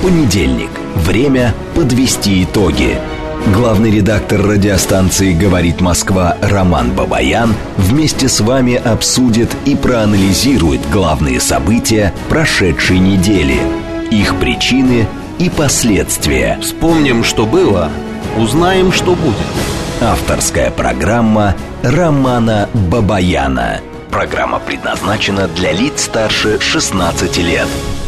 Понедельник. Время подвести итоги. Главный редактор радиостанции «Говорит Москва» Роман Бабаян вместе с вами обсудит и проанализирует главные события прошедшей недели, их причины и последствия. Вспомним, что было, узнаем, что будет. Авторская программа Романа Бабаяна. Программа предназначена для лиц старше 16 лет.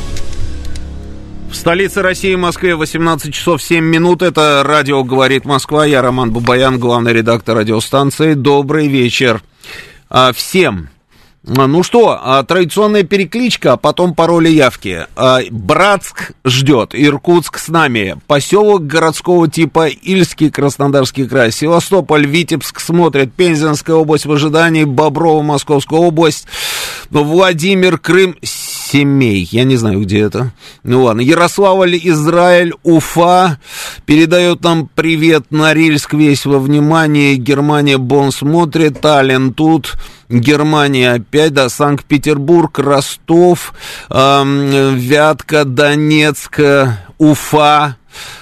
В столице России, Москве, 18 часов 7 минут. Это радио «Говорит Москва». Я Роман Бабаян, главный редактор радиостанции. Добрый вечер всем. Ну что, традиционная перекличка, а потом пароли явки. Братск ждет, Иркутск с нами, поселок городского типа Ильский, Краснодарский край, Севастополь, Витебск смотрит, Пензенская область в ожидании, Боброва, Московская область, Владимир, Крым, Семей, я не знаю, где это. Ну ладно, Ярославль, Израиль, Уфа, передает нам привет, Норильск весь во внимании, Германия, Бонн смотрит, Таллин тут, Германия опять, да, Санкт-Петербург, Ростов, Вятка, Донецк, Уфа,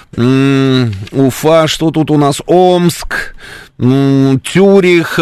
что тут у нас, Омск, Цюрих,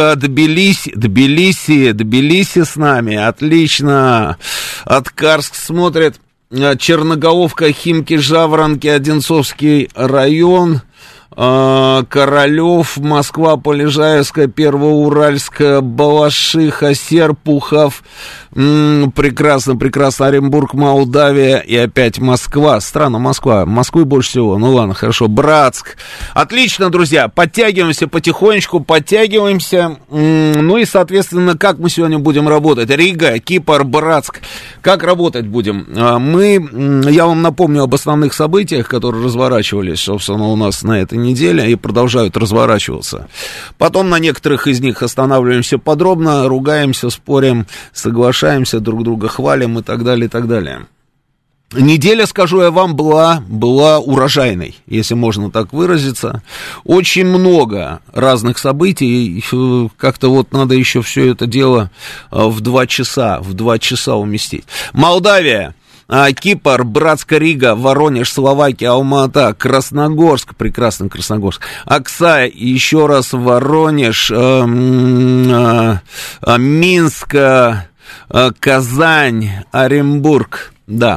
Тбилиси с нами, отлично, Аткарск смотрит, Черноголовка, Химки, Жаворонки, Одинцовский район, Королев, Москва, Полежаевская, Первоуральская, Балашиха, Серпухов, прекрасно, Оренбург, Молдавия и опять Москва, страна Москва, Москвы больше всего, ну ладно, хорошо, Братск, отлично, друзья, подтягиваемся потихонечку, ну и, соответственно, как мы сегодня будем работать, Рига, Кипр, Братск, как работать будем, я вам напомню об основных событиях, которые разворачивались, собственно, у нас на этой неделе и продолжают разворачиваться. Потом на некоторых из них останавливаемся подробно, ругаемся, спорим, соглашаемся, друг друга хвалим и так далее, и так далее. Неделя, скажу я вам, была урожайной, если можно так выразиться. Очень много разных событий, как-то вот надо еще все это дело в 2 часа уместить. Молдавия, Кипр, Братская, Рига, Воронеж, Словакия, Алма-Ата, Красногорск, прекрасный Красногорск, Аксай, еще раз Воронеж, Минск, Казань, Оренбург, да,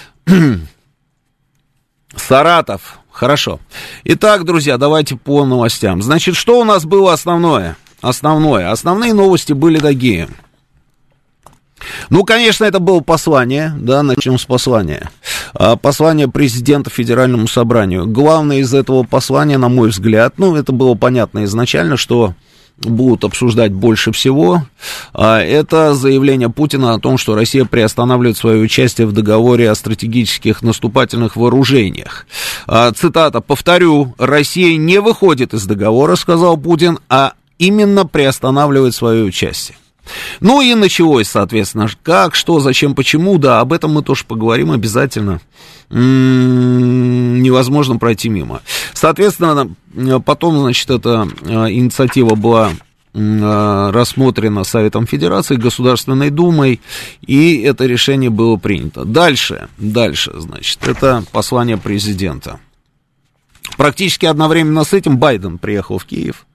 Саратов, хорошо. Итак, друзья, давайте по новостям. Значит, что у нас было основное? Основные новости были такие. Ну, конечно, это было послание, да, начнем с послания. Послание президента Федеральному собранию. Главное из этого послания, на мой взгляд, это было понятно изначально, что будут обсуждать больше всего, это заявление Путина о том, что Россия приостанавливает свое участие в договоре о стратегических наступательных вооружениях. Цитата, повторю, Россия не выходит из договора, сказал Путин, а именно приостанавливает свое участие. Ну и началось, соответственно, как, что, зачем, почему, да, об этом мы тоже поговорим обязательно, невозможно пройти мимо. Соответственно, потом, значит, эта инициатива была рассмотрена Советом Федерации, Государственной Думой, и это решение было принято. Дальше, значит, это послание президента. Практически одновременно с этим Байден приехал в Киев.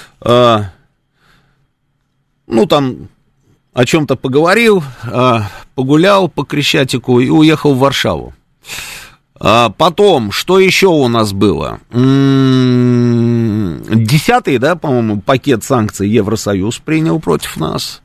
Там о чем-то поговорил, погулял по Крещатику и уехал в Варшаву. Потом, что еще у нас было? 10-й, да, по-моему, пакет санкций Евросоюз принял против нас.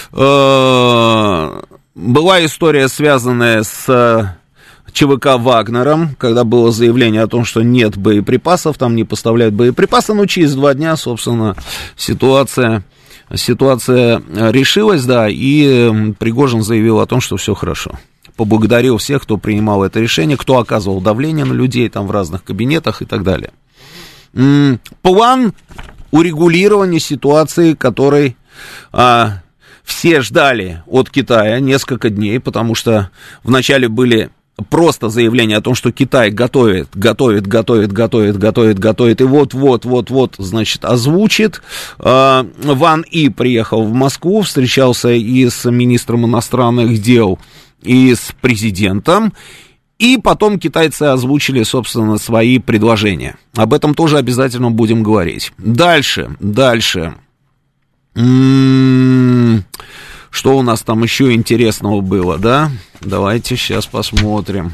Была история, связанная с ЧВК «Вагнером», когда было заявление о том, что нет боеприпасов, там не поставляют боеприпасы, через 2 дня, собственно, ситуация решилась, да, и Пригожин заявил о том, что все хорошо. Поблагодарил всех, кто принимал это решение, кто оказывал давление на людей там в разных кабинетах и так далее. План урегулирования ситуации, который все ждали от Китая несколько дней, потому что вначале были просто заявление о том, что Китай готовит, и вот, значит, озвучит. Ван И приехал в Москву, встречался и с министром иностранных дел, и с президентом, И потом китайцы озвучили, собственно, свои предложения. Об этом тоже обязательно будем говорить. Дальше. Что у нас там еще интересного было, да? Давайте сейчас посмотрим.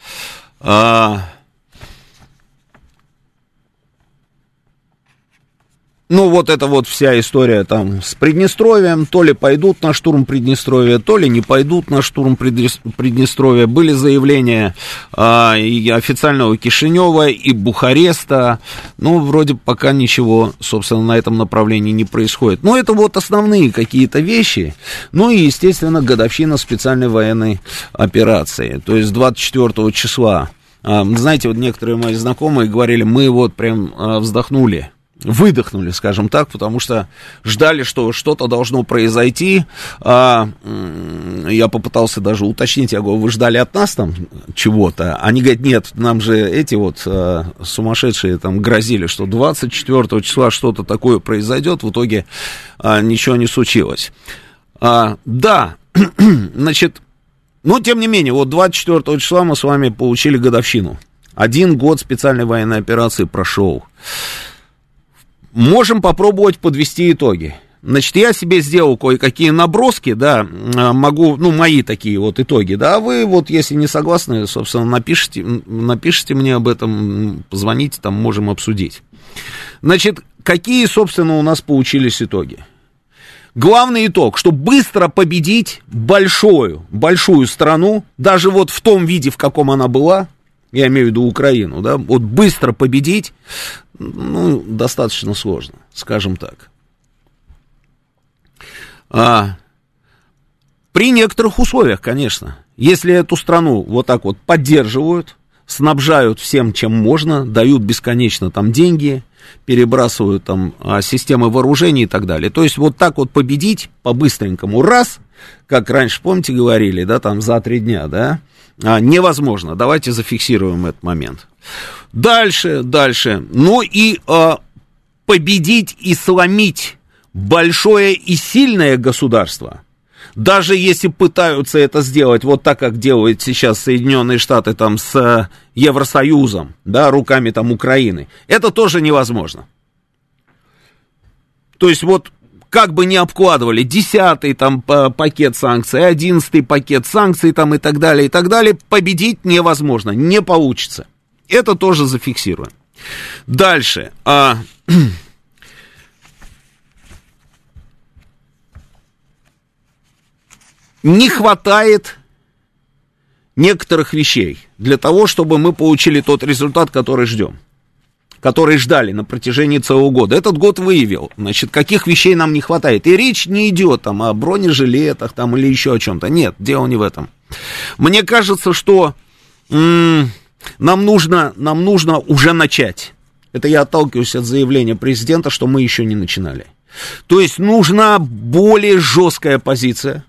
Ну, вот эта вот вся история там с Приднестровьем, то ли пойдут на штурм Приднестровья, то ли не пойдут на штурм Приднестровья. Были заявления и официального Кишинева, и Бухареста. Ну, вроде пока ничего, собственно, на этом направлении не происходит. Но это вот основные какие-то вещи. Ну и, естественно, годовщина специальной военной операции. То есть 24 числа. Знаете, вот некоторые мои знакомые говорили, мы вот прям выдохнули, скажем так, потому что ждали, что что-то должно произойти. Я попытался даже уточнить, я говорю, вы ждали от нас там чего-то? Они говорят, нет, нам же эти вот сумасшедшие там грозили, что 24 числа что-то такое произойдет, в итоге ничего не случилось. Да, значит, но тем не менее, вот 24 числа мы с вами получили годовщину. 1 год специальной военной операции прошел. Можем попробовать подвести итоги. Значит, я себе сделал кое-какие наброски, да, могу, ну, мои такие вот итоги, да, а вы вот, если не согласны, собственно, напишите мне об этом, позвоните, там, можем обсудить. Значит, какие, собственно, у нас получились итоги? Главный итог, что быстро победить большую страну, даже вот в том виде, в каком она была, я имею в виду Украину, да, вот быстро победить, ну, достаточно сложно, скажем так. При некоторых условиях, конечно. Если эту страну вот так вот поддерживают, снабжают всем, чем можно, дают бесконечно там деньги, перебрасывают там системы вооружений и так далее. То есть вот так вот победить по-быстренькому раз, как раньше, помните, говорили, да, там за 3 дня, да, невозможно. Давайте зафиксируем этот момент. Дальше. Ну и победить и сломить большое и сильное государство, даже если пытаются это сделать вот так, как делают сейчас Соединенные Штаты там с Евросоюзом, да, руками там Украины, это тоже невозможно. То есть вот как бы ни обкладывали 10-й там пакет санкций, 11-й пакет санкций там и так далее, победить невозможно, не получится. Это тоже зафиксируем. Дальше. Не хватает некоторых вещей для того, чтобы мы получили тот результат, который ждем, который ждали на протяжении целого года. Этот год выявил, значит, каких вещей нам не хватает. И речь не идет там о бронежилетах там, или еще о чем-то. Нет, дело не в этом. Мне кажется, что нам нужно уже начать. Это я отталкиваюсь от заявления президента, что мы еще не начинали. То есть нужна более жесткая позиция.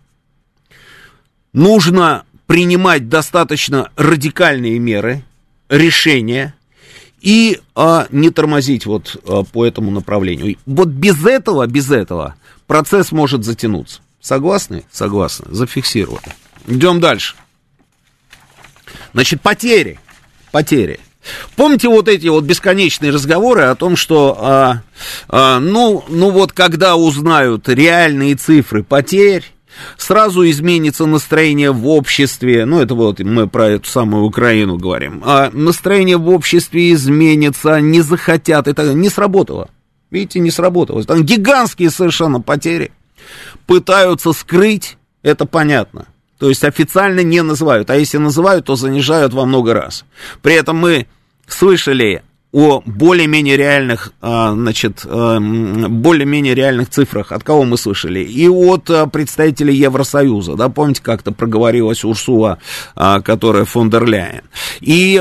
Нужно принимать достаточно радикальные меры, решения и не тормозить вот по этому направлению. Вот без этого процесс может затянуться. Согласны? Согласны. Зафиксировали. Идем дальше. Значит, потери. Помните вот эти вот бесконечные разговоры о том, что, ну вот когда узнают реальные цифры потерь, сразу изменится настроение в обществе, ну это вот мы про эту самую Украину говорим, настроение в обществе изменится, не захотят, это не сработало, видите, не сработало, там гигантские совершенно потери, пытаются скрыть, это понятно. То есть официально не называют, а если называют, то занижают во много раз. При этом мы слышали о более-менее реальных, более-менее реальных цифрах. От кого мы слышали? И от представителей Евросоюза, да, помните, как-то проговорилась Урсула, которая фон дер Ляйен. И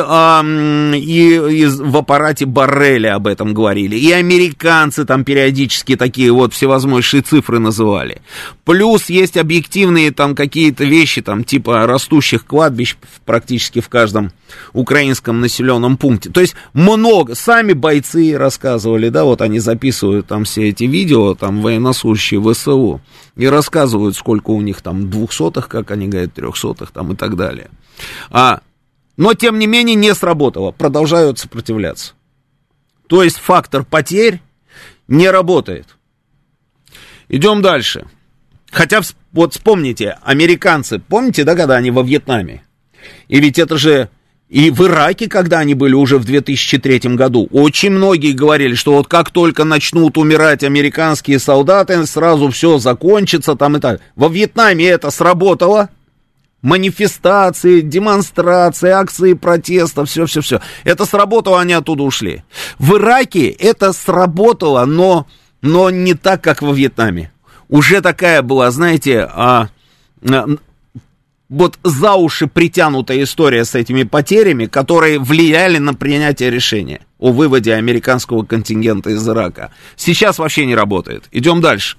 в аппарате Борреля об этом говорили. И американцы там периодически такие вот всевозможные цифры называли. Плюс есть объективные там какие-то вещи, там типа растущих кладбищ практически в каждом украинском населенном пункте. То есть много. Сами бойцы рассказывали, да, вот они записывают там все эти видео, там военнослужащие ВСУ, и рассказывают, сколько у них там 200-х, как они говорят, 300-х там и так далее. Но, тем не менее, не сработало. Продолжают сопротивляться. То есть фактор потерь не работает. Идем дальше. Хотя, вот вспомните, американцы, помните, да, когда они во Вьетнаме? И ведь это же и в Ираке, когда они были уже в 2003 году, очень многие говорили, что вот как только начнут умирать американские солдаты, сразу все закончится там и так. Во Вьетнаме это сработало. Манифестации, демонстрации, акции протеста, все. Это сработало, они оттуда ушли. В Ираке это сработало, но не так, как во Вьетнаме. Уже такая была, знаете, вот за уши притянутая история с этими потерями, которые влияли на принятие решения о выводе американского контингента из Ирака. Сейчас вообще не работает. Идем дальше.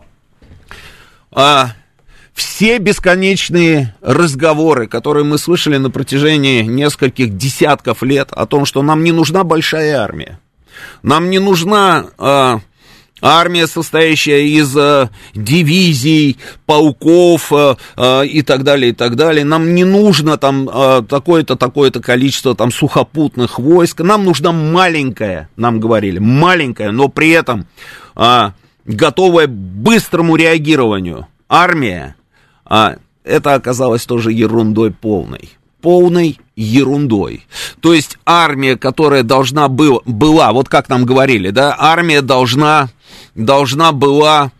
Все бесконечные разговоры, которые мы слышали на протяжении нескольких десятков лет о том, что нам не нужна большая армия. Нам не нужна армия, состоящая из дивизий, полков и так далее, и так далее. Нам не нужно там такое-то количество там сухопутных войск. Нам нужна маленькая, нам говорили, маленькая, но при этом готовая к быстрому реагированию армия. Это оказалось тоже ерундой полной ерундой. То есть армия, которая должна была, вот как нам говорили, да, армия должна была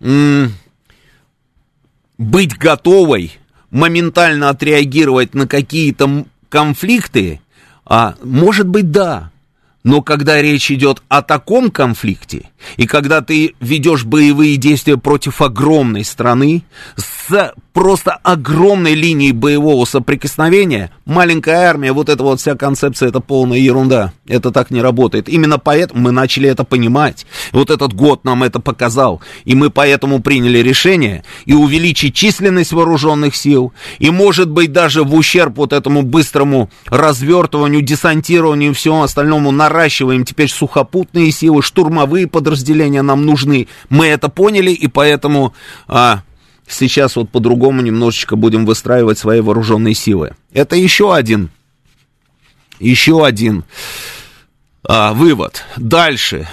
быть готовой моментально отреагировать на какие-то конфликты, может быть, да. Но когда речь идет о таком конфликте, и когда ты ведешь боевые действия против огромной страны, с просто огромной линией боевого соприкосновения, маленькая армия, вот эта вот вся концепция, это полная ерунда. Это так не работает. Именно поэтому мы начали это понимать. Вот этот год нам это показал. И мы поэтому приняли решение и увеличить численность вооруженных сил, и, может быть, даже в ущерб вот этому быстрому развертыванию, десантированию и всему остальному наращиваем теперь сухопутные силы, штурмовые подразделения нам нужны. Мы это поняли, и поэтому сейчас вот по-другому немножечко будем выстраивать свои вооруженные силы. Это еще один вывод. Дальше.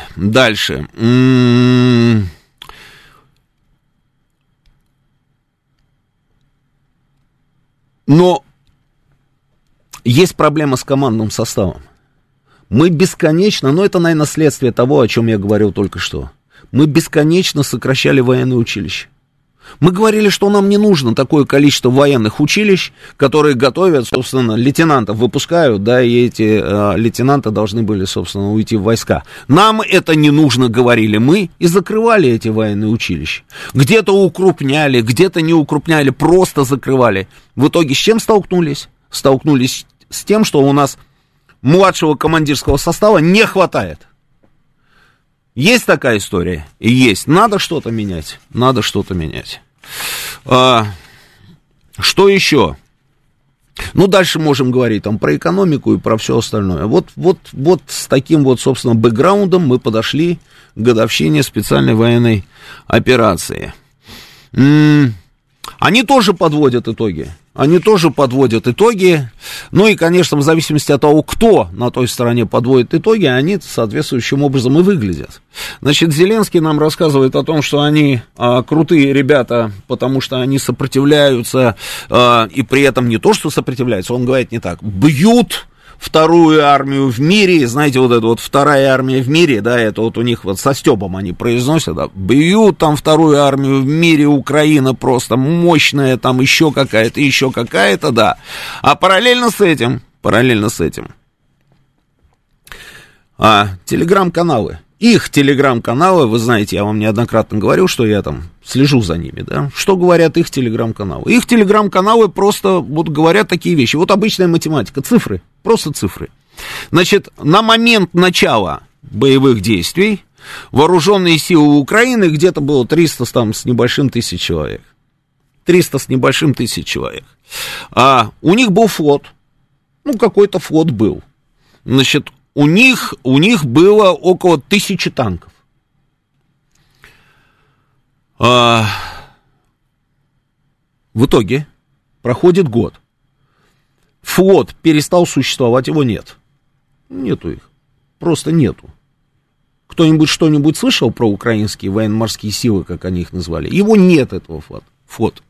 Но есть проблема с командным составом. Мы бесконечно, это, наверное, следствие того, о чем я говорил только что. Мы бесконечно сокращали военные училища. Мы говорили, что нам не нужно такое количество военных училищ, которые готовят, собственно, лейтенантов выпускают, да, и эти лейтенанты должны были, собственно, уйти в войска. Нам это не нужно, говорили мы, и закрывали эти военные училища. Где-то укрупняли, где-то не укрупняли, просто закрывали. В итоге с чем столкнулись? Столкнулись с тем, что у нас младшего командирского состава не хватает. Есть такая история? Есть. Надо что-то менять. Что еще? Дальше можем говорить там про экономику и про все остальное. Вот с таким вот, собственно, бэкграундом мы подошли к годовщине специальной военной операции. Они тоже подводят итоги. Ну и, конечно, в зависимости от того, кто на той стороне подводит итоги, они соответствующим образом и выглядят. Значит, Зеленский нам рассказывает о том, что они крутые ребята, потому что они сопротивляются, и при этом не то, что сопротивляются, он говорит не так, бьют вторую армию в мире, знаете, вот эта вот вторая армия в мире, да, это вот у них вот со стёбом они произносят, да, бьют там вторую армию в мире, Украина просто мощная, там еще какая-то, да. А параллельно с этим, телеграм-каналы. Их телеграм-каналы, вы знаете, я вам неоднократно говорил, что я там слежу за ними, да. Что говорят их телеграм-каналы? Их телеграм-каналы просто вот говорят такие вещи. Вот обычная математика, цифры, просто цифры. Значит, на момент начала боевых действий вооруженные силы Украины где-то было 300 с небольшим тысяч человек. 300 с небольшим тысяч человек. А у них был флот. Какой-то флот был. Значит, у них было около 1000 танков. В итоге проходит год. флот перестал существовать, его нет. Нету их. Просто нету. Кто-нибудь что-нибудь слышал про украинские военно-морские силы, как они их назвали? Его нет, этого флота.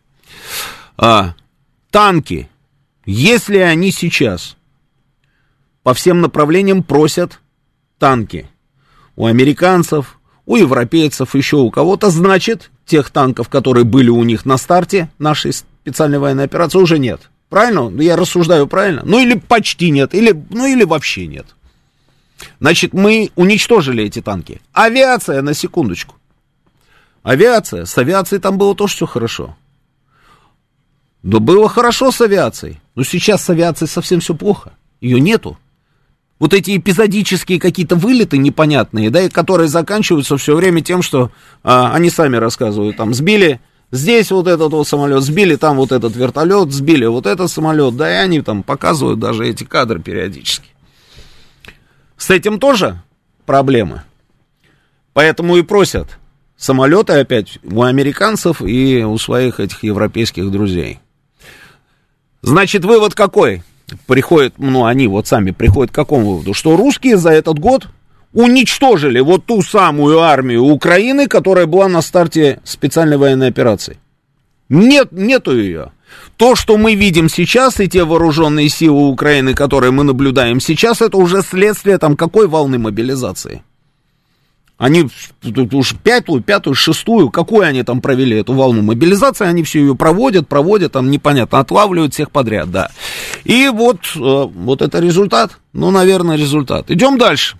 Танки, если они сейчас по всем направлениям просят танки у американцев, у европейцев, еще у кого-то, значит, тех танков, которые были у них на старте нашей специальной военной операции, уже нет. Правильно? Я рассуждаю правильно? Ну, или почти нет, или вообще нет. Значит, мы уничтожили эти танки. Авиация, на секундочку. Авиация. С авиацией там было тоже все хорошо. Да было хорошо с авиацией. Но сейчас с авиацией совсем все плохо. Ее нету. Вот эти эпизодические какие-то вылеты непонятные, да, и которые заканчиваются все время тем, что они сами рассказывают, там, сбили здесь вот этот вот самолет, сбили там вот этот вертолет, сбили вот этот самолет, да, и они там показывают даже эти кадры периодически. С этим тоже проблемы. Поэтому и просят самолеты опять у американцев и у своих этих европейских друзей. Значит, вывод какой? Приходит, они вот сами приходят к какому выводу? Что русские за этот год уничтожили вот ту самую армию Украины, которая была на старте специальной военной операции. Нету ее. То, что мы видим сейчас, и те вооруженные силы Украины, которые мы наблюдаем сейчас, это уже следствие там какой волны мобилизации? Они уж пятую, шестую, какую они там провели эту волну мобилизации, они все ее проводят, там непонятно, отлавливают всех подряд, да. И вот это результат, наверное, результат. Идем дальше.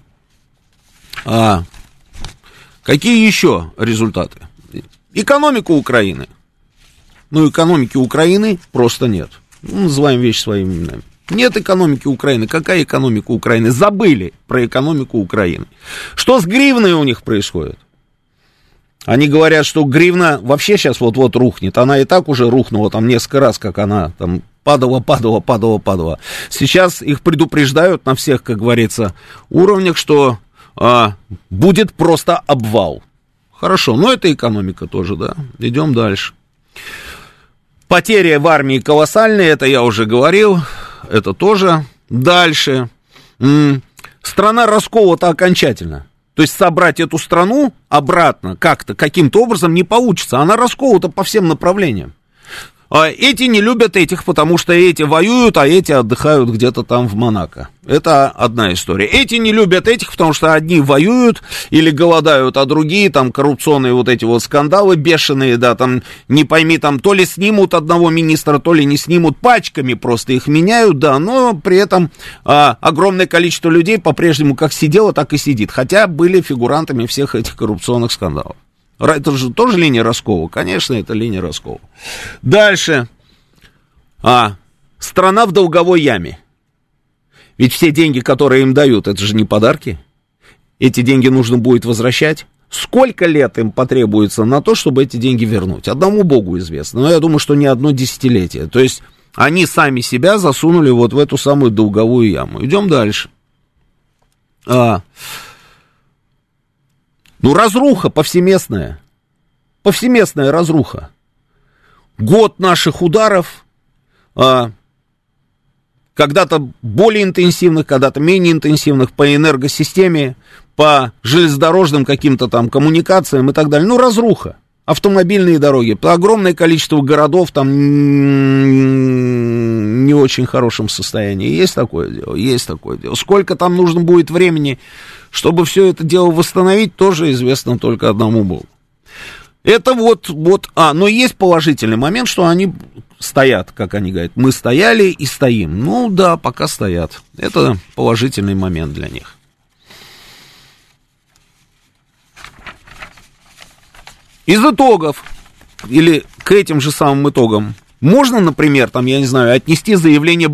Какие еще результаты? Экономика Украины. Экономики Украины просто нет. Называем вещи своими именами. Нет экономики Украины. Какая экономика Украины? Забыли про экономику Украины. Что с гривной у них происходит? Они говорят, что гривна вообще сейчас вот-вот рухнет. Она и так уже рухнула там несколько раз, как она там падала. Сейчас их предупреждают на всех, как говорится, уровнях, что будет просто обвал. Хорошо, но это экономика тоже, да. Идем дальше. Потери в армии колоссальные, это я уже говорил, это тоже. Дальше. Страна расколота окончательно. То есть собрать эту страну обратно как-то, каким-то образом не получится. Она расколота по всем направлениям. Эти не любят этих, потому что эти воюют, а эти отдыхают где-то там в Монако. Это одна история. Эти не любят этих, потому что одни воюют или голодают, а другие там коррупционные вот эти вот скандалы бешеные, да, там не пойми, там то ли снимут одного министра, то ли не снимут, пачками просто их меняют, да, но при этом огромное количество людей по-прежнему как сидело, так и сидит, хотя были фигурантами всех этих коррупционных скандалов. Это же тоже линия раскола. Конечно, это линия раскола. Дальше. Страна в долговой яме. Ведь все деньги, которые им дают, это же не подарки. Эти деньги нужно будет возвращать. Сколько лет им потребуется на то, чтобы эти деньги вернуть? Одному Богу известно. Но я думаю, что не одно десятилетие. То есть они сами себя засунули вот в эту самую долговую яму. Идем дальше. Разруха повсеместная. Повсеместная разруха. Год наших ударов, когда-то более интенсивных, когда-то менее интенсивных по энергосистеме, по железнодорожным каким-то там коммуникациям и так далее. Разруха. Автомобильные дороги. Огромное количество городов там не в очень хорошем состоянии. Есть такое дело? Есть такое дело. Сколько там нужно будет времени, чтобы все это дело восстановить, тоже известно только одному Богу. Это но есть положительный момент, что они стоят, как они говорят. Мы стояли и стоим. Да, пока стоят. Это положительный момент для них. Из итогов, или к этим же самым итогам, можно, например, отнести заявление,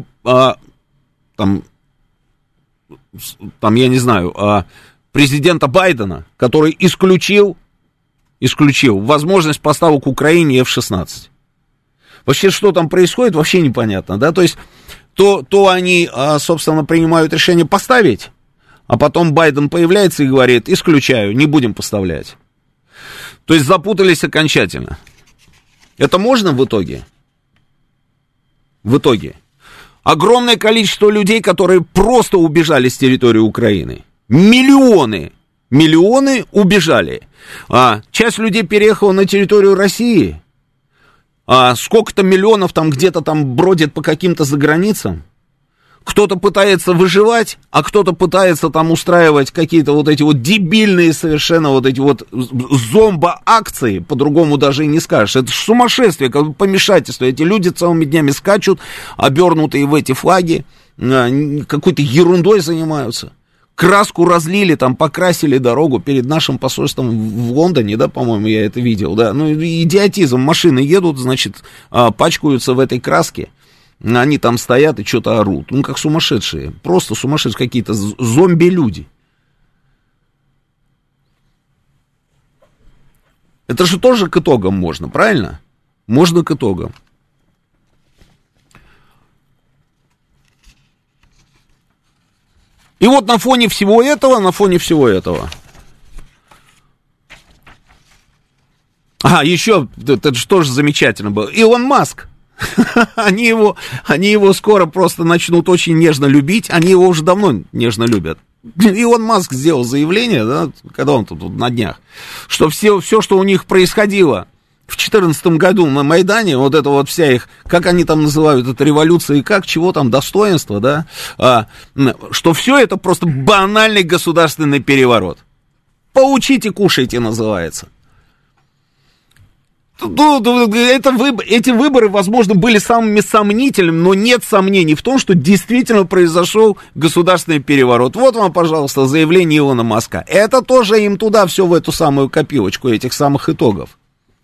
президента Байдена, который исключил возможность поставок Украине F-16. Вообще, что там происходит, вообще непонятно, да, то есть, то они, собственно, принимают решение поставить, а потом Байден появляется и говорит, исключаю, не будем поставлять. То есть, запутались окончательно. Это можно в итоге? В итоге. Огромное количество людей, которые просто убежали с территории Украины. Миллионы убежали. Часть людей переехала на территорию России. Сколько-то миллионов там где-то там бродит по каким-то заграницам. Кто-то пытается выживать, а кто-то пытается там устраивать какие-то вот эти вот дебильные совершенно вот эти вот зомбо-акции, по-другому даже и не скажешь. Это же сумасшествие, помешательство. Эти люди целыми днями скачут, обернутые в эти флаги, какой-то ерундой занимаются. Краску разлили, там покрасили дорогу перед нашим посольством в Лондоне, да, по-моему, я это видел, да. Ну, идиотизм, машины едут, значит, пачкаются в этой краске. Они там стоят и что-то орут. Ну, как сумасшедшие. Просто сумасшедшие какие-то зомби-люди. Это же тоже к итогам можно, правильно? Можно к итогам. И вот на фоне всего этого... еще, это же тоже замечательно было. Илон Маск. Они его скоро просто начнут очень нежно любить. Они его уже давно нежно любят. Илон Маск сделал заявление, да, когда он тут на днях, что все, что у них происходило в 2014 году на Майдане, вот это вот вся их, как они там называют это, революция, и как, чего там, достоинство, да, что все это просто банальный государственный переворот. Поучите, кушайте, называется. Эти выборы, возможно, были самыми сомнительными, но нет сомнений в том, что действительно произошел государственный переворот. Вот вам, пожалуйста, заявление Илона Маска. Это тоже им туда, все в эту самую копилочку этих самых итогов.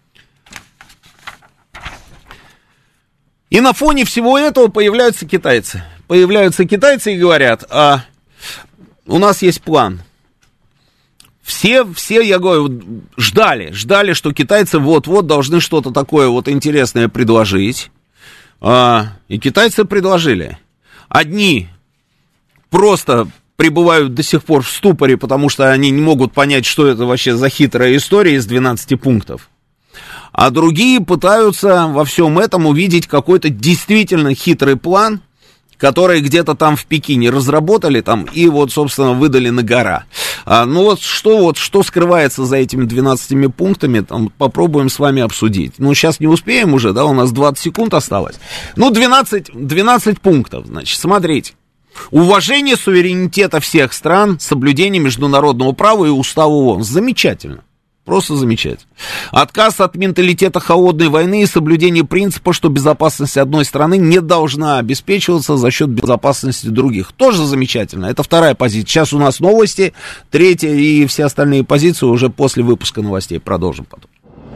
И на фоне всего этого появляются китайцы. И говорят, у нас есть план. Все, я говорю, ждали, что китайцы вот-вот должны что-то такое вот интересное предложить. И китайцы предложили. Одни просто пребывают до сих пор в ступоре, потому что они не могут понять, что это вообще за хитрая история из 12 пунктов. А другие пытаются во всем этом увидеть какой-то действительно хитрый план, который где-то там в Пекине разработали там и вот, собственно, выдали на гора. Что скрывается за этими 12 пунктами, там, попробуем с вами обсудить. Ну, сейчас не успеем уже, да, у нас 20 секунд осталось. 12 пунктов, значит, смотрите. Уважение суверенитета всех стран, соблюдение международного права и устава ООН. Замечательно. Просто замечательно. Отказ от менталитета холодной войны и соблюдение принципа, что безопасность одной страны не должна обеспечиваться за счет безопасности других. Тоже замечательно. Это вторая позиция. Сейчас у нас новости, третья и все остальные позиции уже после выпуска новостей. Продолжим потом.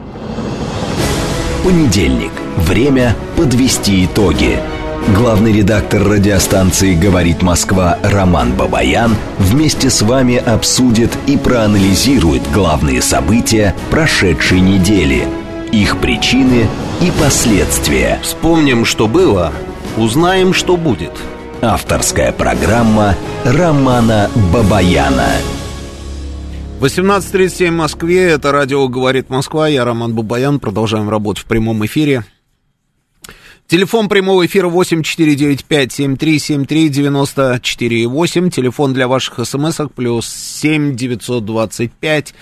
Понедельник. Время подвести итоги. Главный редактор радиостанции «Говорит Москва» Роман Бабаян вместе с вами обсудит и проанализирует главные события прошедшей недели, их причины и последствия. Вспомним, что было, узнаем, что будет. Авторская программа Романа Бабаяна. 18:37 в Москве, это радио «Говорит Москва», я Роман Бабаян, продолжаем работу в прямом эфире. Телефон прямого эфира 8495-7373-94,8. Телефон для ваших смс-ок плюс 7-925.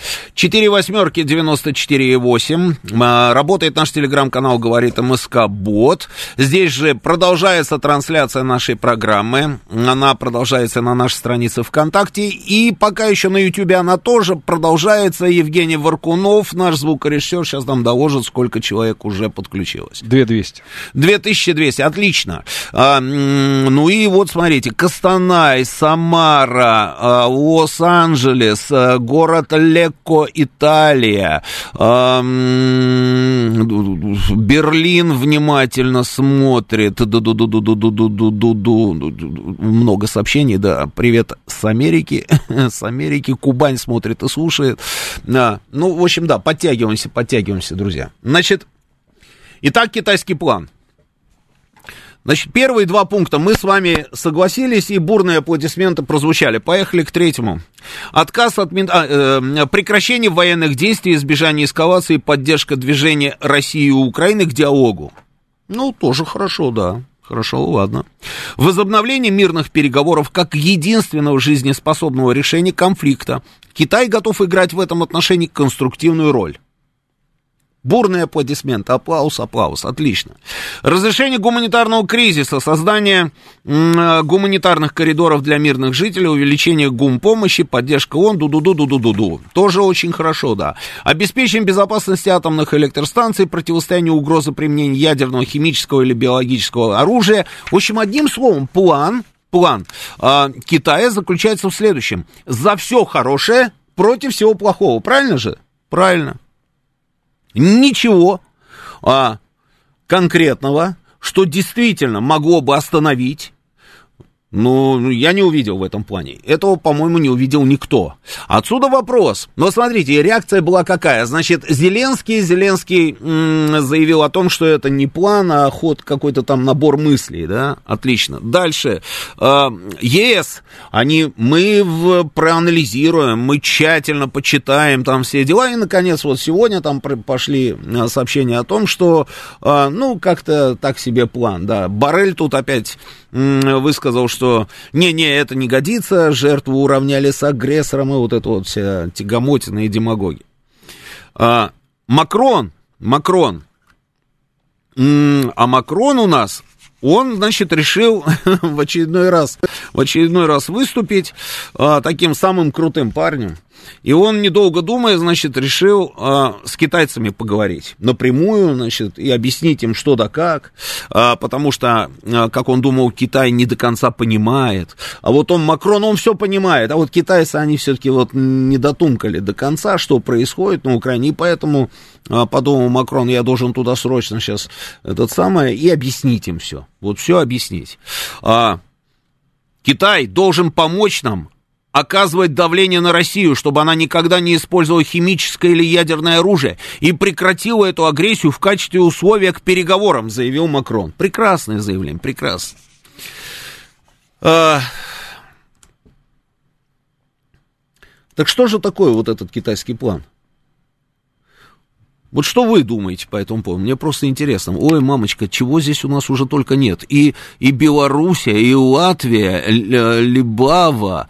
4 Работает наш телеграм-канал «Говорит МСК Бот». Здесь же продолжается трансляция нашей программы. Она продолжается на нашей странице ВКонтакте. И пока еще на Ютубе она тоже продолжается. Евгений Варкунов, наш звукорежиссер, сейчас нам доложит, сколько человек уже подключилось. 2200. 2200, отлично. Ну и вот смотрите, Костанай, Самара, Лос-Анджелес, город Лекко, Италия, Берлин внимательно смотрит, много сообщений, да, привет с Америки, Кубань смотрит и слушает. Ну, в общем, да, подтягиваемся, друзья. Значит, итак, китайский план. Значит, первые два пункта мы с вами согласились, и бурные аплодисменты прозвучали. Поехали к третьему. Отказ от прекращение военных действий, избежание эскалации, поддержка движения России и Украины к диалогу. Ну, тоже хорошо, да. Хорошо, ладно. Возобновление мирных переговоров как единственного жизнеспособного решения конфликта. Китай готов играть в этом отношении конструктивную роль. Бурные аплодисменты, аплаус, отлично. Разрешение гуманитарного кризиса, создание гуманитарных коридоров для мирных жителей, увеличение гумпомощи, поддержка ООН, ду-ду-ду-ду-ду-ду. Тоже очень хорошо, да. Обеспечение безопасности атомных электростанций, противостояние угрозы применения ядерного, химического или биологического оружия. В общем, одним словом, план Китая заключается в следующем. За все хорошее против всего плохого. Правильно же? Правильно. Ничего конкретного, что действительно могло бы остановить, ну, я не увидел в этом плане. Этого, по-моему, не увидел никто. Отсюда вопрос. Но смотрите, реакция была какая? Значит, Зеленский заявил о том, что это не план, а какой-то там набор мыслей, да? Отлично. Дальше. ЕС, мы проанализируем, мы тщательно почитаем там все дела. И, наконец, вот сегодня там пошли сообщения о том, что, как-то так себе план, да. Боррель тут опять высказал, что это не годится, жертву уравняли с агрессором, и вот это вот вся тягомотина и демагоги. Макрон у нас, он, значит, решил в очередной раз выступить таким самым крутым парнем. И он, недолго думая, значит, решил с китайцами поговорить напрямую, значит, и объяснить им, что да как, потому что, как он думал, Китай не до конца понимает, а вот Макрон, он все понимает, а вот китайцы, они все-таки вот не дотумкали до конца, что происходит на Украине, и поэтому, подумал Макрон, я должен туда срочно сейчас и объяснить им все, вот все объяснить. Китай должен помочь нам оказывать давление на Россию, чтобы она никогда не использовала химическое или ядерное оружие и прекратила эту агрессию в качестве условия к переговорам, заявил Макрон. Прекрасное заявление, прекрасно. Так что же такое вот этот китайский план? Вот что вы думаете по этому поводу? Мне просто интересно. Ой, мамочка, чего здесь у нас уже только нет. И Белоруссия, и Латвия, Либава,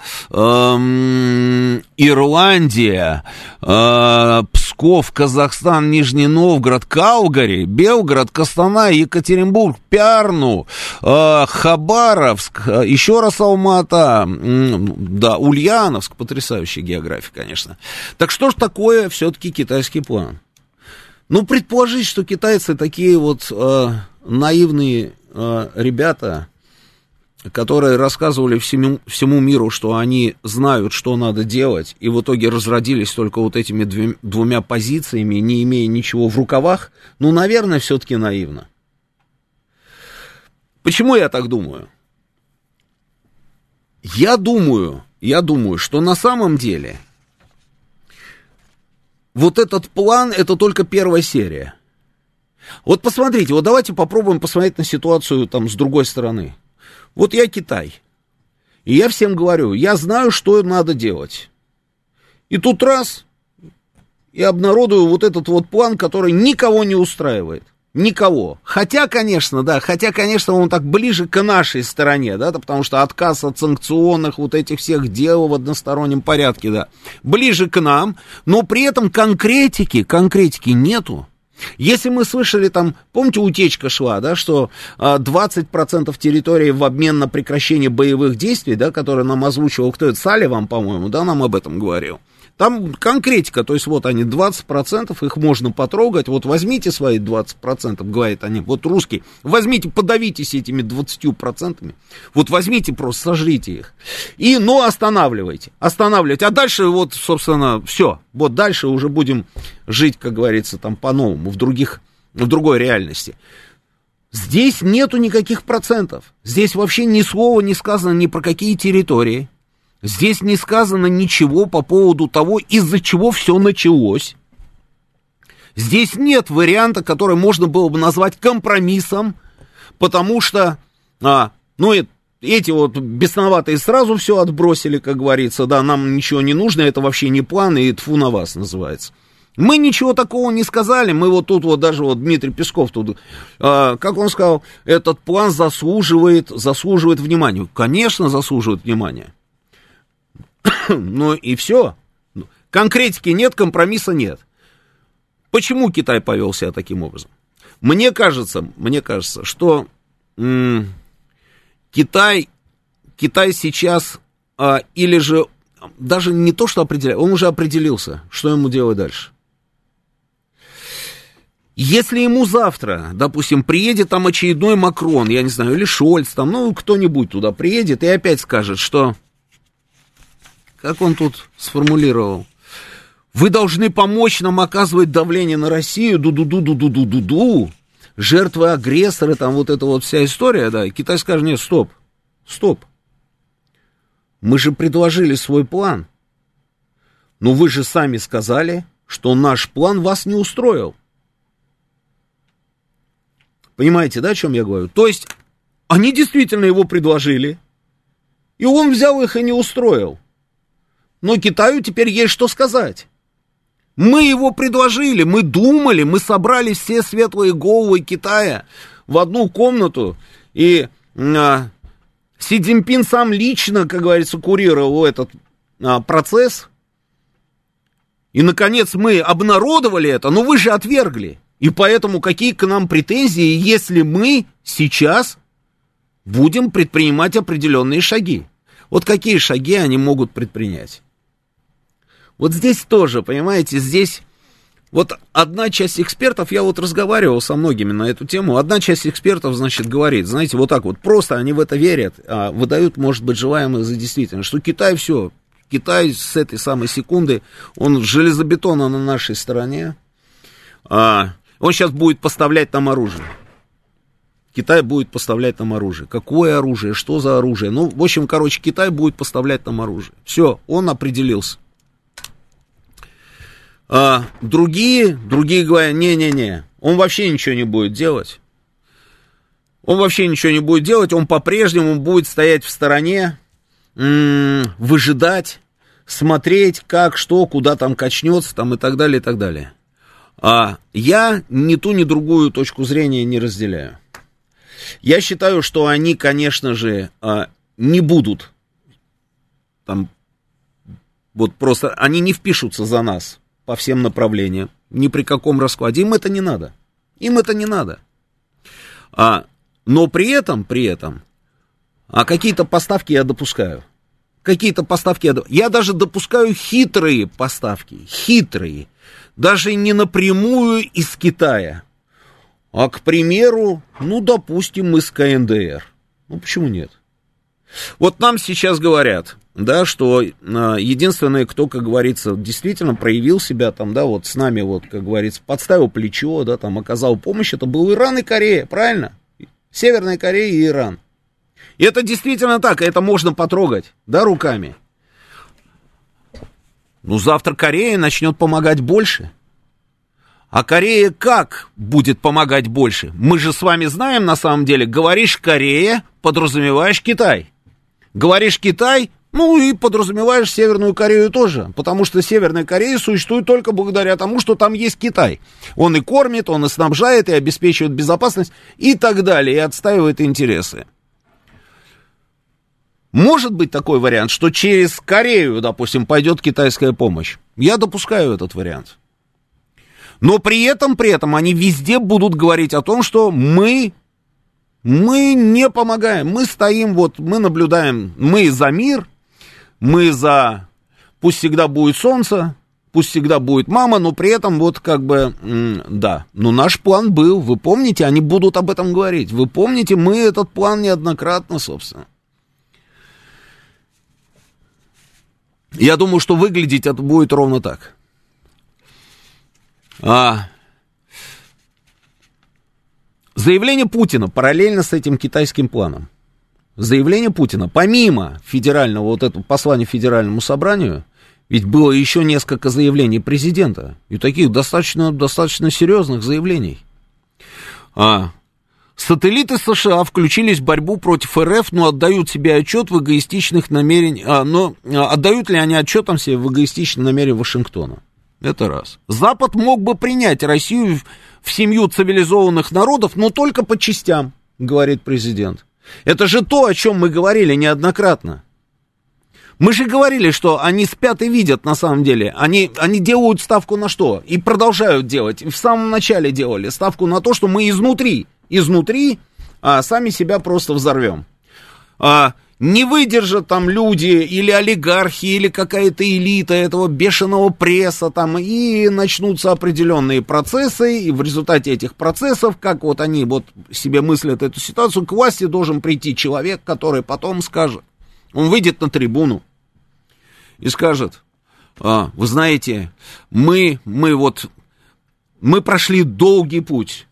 Ирландия, Псков, Казахстан, Нижний Новгород, Калгари, Белгород, Костанай, Екатеринбург, Пярну, Хабаровск, еще раз Алма-Ата, да, Ульяновск, потрясающая география, конечно. Так что же такое все-таки китайский план? Ну, предположить, что китайцы такие вот наивные ребята, которые рассказывали всему миру, что они знают, что надо делать, и в итоге разродились только вот этими двумя позициями, не имея ничего в рукавах, ну, наверное, все-таки наивно. Почему я так думаю? Я думаю, что на самом деле вот этот план, это только первая серия. Вот посмотрите, вот давайте попробуем посмотреть на ситуацию там с другой стороны. Вот я Китай, и я всем говорю, я знаю, что надо делать. И тут раз, и обнародую вот этот вот план, который никого не устраивает. Никого. Хотя, конечно, он так ближе к нашей стороне, да, потому что отказ от санкционных вот этих всех дел в одностороннем порядке, да, ближе к нам, но при этом конкретики нету. Если мы слышали там, помните, утечка шла, да, что 20% территории в обмен на прекращение боевых действий, да, которые нам озвучивал, кто это, Салливан, по-моему, да, нам об этом говорил. Там конкретика, то есть вот они 20%, их можно потрогать, вот возьмите свои 20%, говорят они, вот русские, возьмите, подавитесь этими 20%, вот возьмите, просто сожрите их, но останавливайте, а дальше вот, собственно, все, вот дальше уже будем жить, как говорится, там по-новому, в другой реальности. Здесь нету никаких процентов, здесь вообще ни слова не сказано ни про какие территории. Здесь не сказано ничего по поводу того, из-за чего все началось. Здесь нет варианта, который можно было бы назвать компромиссом, потому что, эти вот бесноватые сразу все отбросили, как говорится, да, нам ничего не нужно, это вообще не план, и тьфу на вас называется. Мы ничего такого не сказали, мы вот тут вот даже вот Дмитрий Песков тут, как он сказал, этот план заслуживает внимания. Конечно, заслуживает внимания. Ну и все. Конкретики нет, компромисса нет. Почему Китай повел себя таким образом? Мне кажется, что Китай сейчас, или же даже не то, что определяет, он уже определился, что ему делать дальше. Если ему завтра, допустим, приедет там очередной Макрон, я не знаю, или Шольц, там, ну, кто-нибудь туда приедет и опять скажет, что, как он тут сформулировал, вы должны помочь нам оказывать давление на Россию, ду-ду-ду-ду-ду-ду-ду-ду, жертвы, агрессоры, там вот эта вот вся история, да, и Китай скажет, нет, стоп, мы же предложили свой план, но вы же сами сказали, что наш план вас не устроил. Понимаете, да, о чем я говорю? То есть, они действительно его предложили, и он взял их и не устроил. Но Китаю теперь есть что сказать. Мы его предложили, мы думали, мы собрали все светлые головы Китая в одну комнату, и Си Цзиньпин сам лично, как говорится, курировал этот процесс, и, наконец, мы обнародовали это, но вы же отвергли. И поэтому какие к нам претензии, если мы сейчас будем предпринимать определенные шаги? Вот какие шаги они могут предпринять? Вот здесь тоже, понимаете, здесь вот одна часть экспертов, я вот разговаривал со многими на эту тему, одна часть экспертов, значит, говорит, знаете, вот так вот, просто они в это верят, выдают, может быть, желаемое за действительное, что Китай все, Китай с этой самой секунды, он железобетонно на нашей стороне, он сейчас будет поставлять нам оружие. Китай будет поставлять нам оружие. Какое оружие? Что за оружие? Ну, в общем, короче, Китай будет поставлять нам оружие. Все, он определился. Другие говорят, не-не-не, он вообще ничего не будет делать. Он вообще ничего не будет делать, он по-прежнему будет стоять в стороне, выжидать, смотреть, как, что, куда там качнется, там и так далее, и так далее. Я ни ту, ни другую точку зрения не разделяю. Я считаю, что они, конечно же, не будут там, вот просто, они не впишутся за нас по всем направлениям, ни при каком раскладе. Им это не надо. Им это не надо. Но при этом, какие-то поставки я допускаю. Какие-то поставки я даже допускаю хитрые поставки. Хитрые. Даже не напрямую из Китая, а, к примеру, ну, допустим, из КНДР. Ну, почему нет? Вот нам сейчас говорят, да, что единственное, кто, как говорится, действительно проявил себя там, да, вот с нами, вот, как говорится, подставил плечо, да, там, оказал помощь, это был Иран и Корея, правильно? Северная Корея и Иран. И это действительно так, это можно потрогать, да, руками. Ну, завтра Корея начнет помогать больше. А Корея как будет помогать больше? Мы же с вами знаем, на самом деле, говоришь Корея, подразумеваешь Китай. Говоришь Китай, ну и подразумеваешь Северную Корею тоже. Потому что Северная Корея существует только благодаря тому, что там есть Китай. Он и кормит, он и снабжает, и обеспечивает безопасность, и так далее, и отстаивает интересы. Может быть такой вариант, что через Корею, допустим, пойдет китайская помощь. Я допускаю этот вариант. Но при этом они везде будут говорить о том, что мы не помогаем, мы стоим, вот, мы наблюдаем, мы за мир, мы за пусть всегда будет солнце, пусть всегда будет мама, но при этом вот как бы, да, но наш план был, вы помните, они будут об этом говорить, вы помните, мы этот план неоднократно, собственно. Я думаю, что выглядеть это будет ровно так. Заявление Путина параллельно с этим китайским планом. Заявление Путина, помимо федерального вот этого послания Федеральному собранию, ведь было еще несколько заявлений президента, и таких достаточно серьезных заявлений. Сателлиты США включились в борьбу против РФ, но отдают себе отчет в эгоистичных намерениях, но отдают ли они отчет себе в эгоистичных намерениях Вашингтона? Это раз. Запад мог бы принять Россию в семью цивилизованных народов, но только по частям, говорит президент. Это же то, о чем мы говорили неоднократно. Мы же говорили, что они спят и видят на самом деле. Они делают ставку на что? И продолжают делать. И в самом начале делали ставку на то, что мы изнутри сами себя просто взорвем. Не выдержат там люди или олигархи, или какая-то элита этого бешеного пресса там, и начнутся определенные процессы, и в результате этих процессов, как вот они вот себе мыслят эту ситуацию, к власти должен прийти человек, который потом скажет, он выйдет на трибуну и скажет, вы знаете, мы прошли долгий путь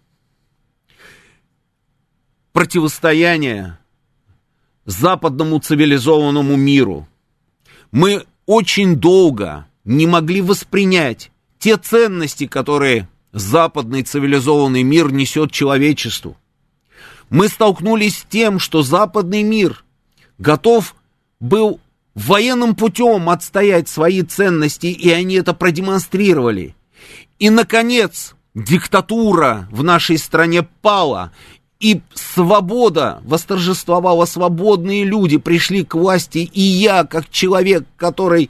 противостояния западному цивилизованному миру. Мы очень долго не могли воспринять те ценности, которые западный цивилизованный мир несет человечеству. Мы столкнулись с тем, что западный мир готов был военным путем отстоять свои ценности, и они это продемонстрировали. И, наконец, диктатура в нашей стране пала, и свобода восторжествовала, свободные люди пришли к власти, и я, как человек, который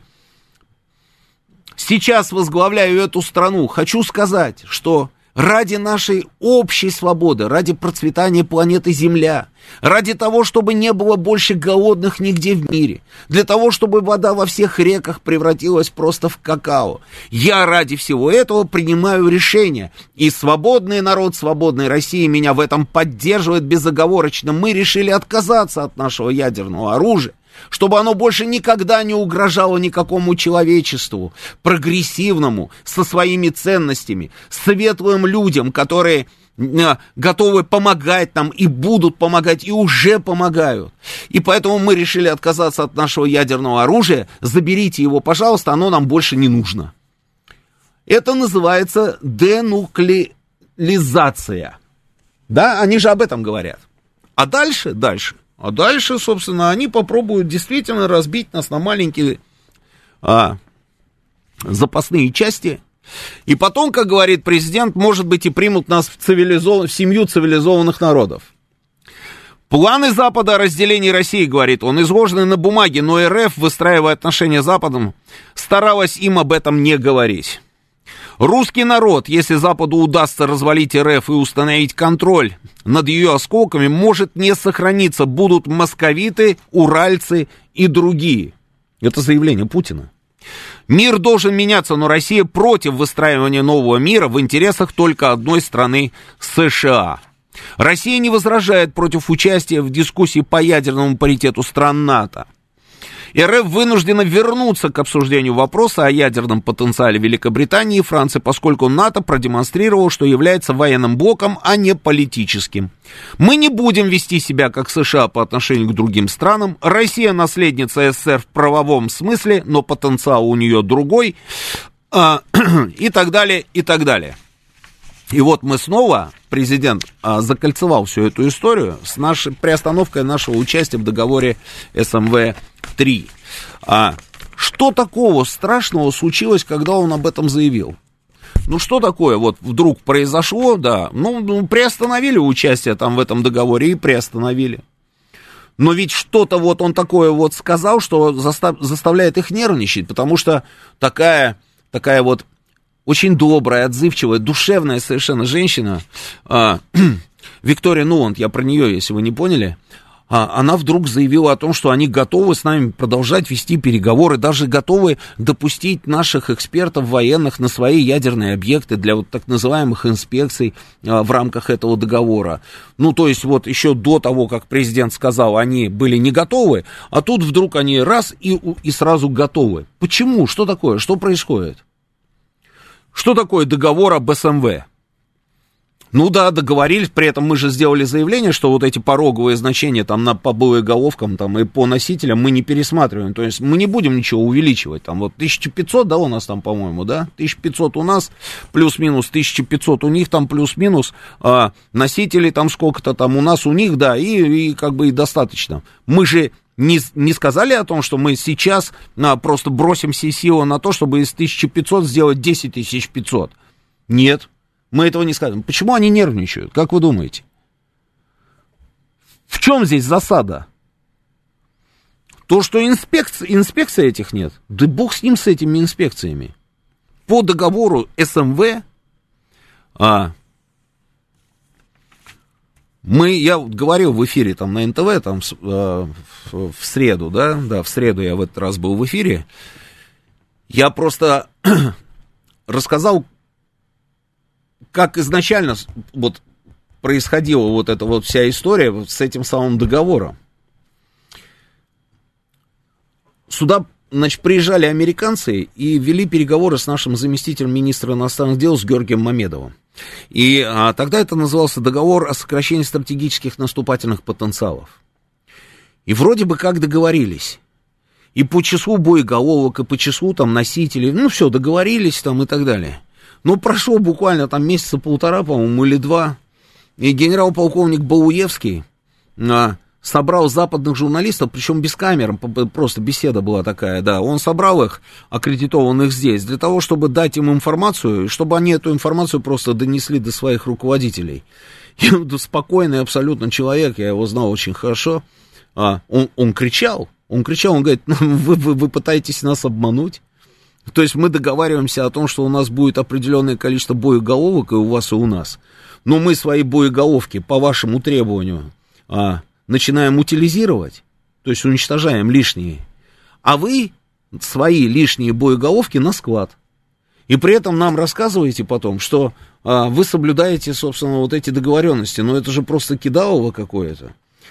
сейчас возглавляю эту страну, хочу сказать, что ради нашей общей свободы, ради процветания планеты Земля, ради того, чтобы не было больше голодных нигде в мире, для того, чтобы вода во всех реках превратилась просто в какао, я ради всего этого принимаю решение, и свободный народ свободной России меня в этом поддерживает безоговорочно. Мы решили отказаться от нашего ядерного оружия, чтобы оно больше никогда не угрожало никакому человечеству, прогрессивному, со своими ценностями, светлым людям, которые готовы помогать нам и будут помогать, и уже помогают. И поэтому мы решили отказаться от нашего ядерного оружия. Заберите его, пожалуйста, оно нам больше не нужно. Это называется денуклеаризация. Да, они же об этом говорят. А дальше, собственно, они попробуют действительно разбить нас на маленькие запасные части. И потом, как говорит президент, может быть, и примут нас в семью цивилизованных народов. Планы Запада о разделении России, говорит он, изложены на бумаге, но РФ, выстраивая отношения с Западом, старалась им об этом не говорить. Русский народ, если Западу удастся развалить РФ и установить контроль над ее осколками, может не сохраниться. Будут московиты, уральцы и другие. Это заявление Путина. Мир должен меняться, но Россия против выстраивания нового мира в интересах только одной страны – США. Россия не возражает против участия в дискуссии по ядерному паритету стран НАТО. РФ вынуждена вернуться к обсуждению вопроса о ядерном потенциале Великобритании и Франции, поскольку НАТО продемонстрировало, что является военным блоком, а не политическим. Мы не будем вести себя как США по отношению к другим странам. Россия наследница СССР в правовом смысле, но потенциал у нее другой, и так далее, и так далее. И вот мы снова, президент закольцевал всю эту историю с нашей приостановкой нашего участия в договоре СМВ-3. Что такого страшного случилось, когда он об этом заявил? Ну, что такое вот вдруг произошло, да, приостановили участие там в этом договоре и приостановили. Но ведь что-то вот он такое вот сказал, что заставляет их нервничать, потому что такая вот очень добрая, отзывчивая, душевная совершенно женщина, Виктория Нуланд, я про нее, если вы не поняли, она вдруг заявила о том, что они готовы с нами продолжать вести переговоры, даже готовы допустить наших экспертов военных на свои ядерные объекты для вот так называемых инспекций в рамках этого договора. Ну, то есть вот еще до того, как президент сказал, они были не готовы, а тут вдруг они раз и сразу готовы. Почему? Что такое? Что происходит? Что такое договор об СМВ? Ну да, договорились, при этом мы же сделали заявление, что вот эти пороговые значения там по боеголовкам там, и по носителям мы не пересматриваем, то есть мы не будем ничего увеличивать, там вот 1500, да, у нас там, по-моему, да, 1500 у нас, плюс-минус 1500 у них там, плюс-минус, носителей там сколько-то там у нас, у них, да, и как бы и достаточно. Мы же Не сказали о том, что мы сейчас просто бросим все силы на то, чтобы из 1500 сделать 10 500. Нет, мы этого не сказали. Почему они нервничают? Как вы думаете? В чем здесь засада? То, что инспекций этих нет. Да бог с ним, с этими инспекциями. По договору СМВ я вот говорил в эфире там на НТВ там, в среду, да, в среду я в этот раз был в эфире. Я просто рассказал, как изначально вот происходила вот эта вот вся история вот с этим самым договором. Сюда, значит, приезжали американцы и вели переговоры с нашим заместителем министра иностранных дел, с Георгием Мамедовым. И тогда это назывался договор о сокращении стратегических наступательных потенциалов. И вроде бы как договорились. И по числу боеголовок, и по числу там носителей, ну все, договорились там и так далее. Но прошло буквально там месяца полтора, по-моему, или два, и генерал-полковник Бауевский собрал западных журналистов, причем без камер, просто беседа была такая, да, он собрал их, аккредитованных здесь, для того, чтобы дать им информацию, и чтобы они эту информацию просто донесли до своих руководителей. И он спокойный абсолютно человек, я его знал очень хорошо, он кричал, он говорит, вы пытаетесь нас обмануть? То есть мы договариваемся о том, что у нас будет определенное количество боеголовок и у вас, и у нас. Но мы свои боеголовки по вашему требованию начинаем утилизировать, то есть уничтожаем лишние, а вы свои лишние боеголовки на склад. И при этом нам рассказываете потом, что вы соблюдаете, собственно, вот эти договоренности. Но это же просто кидалово какое-то.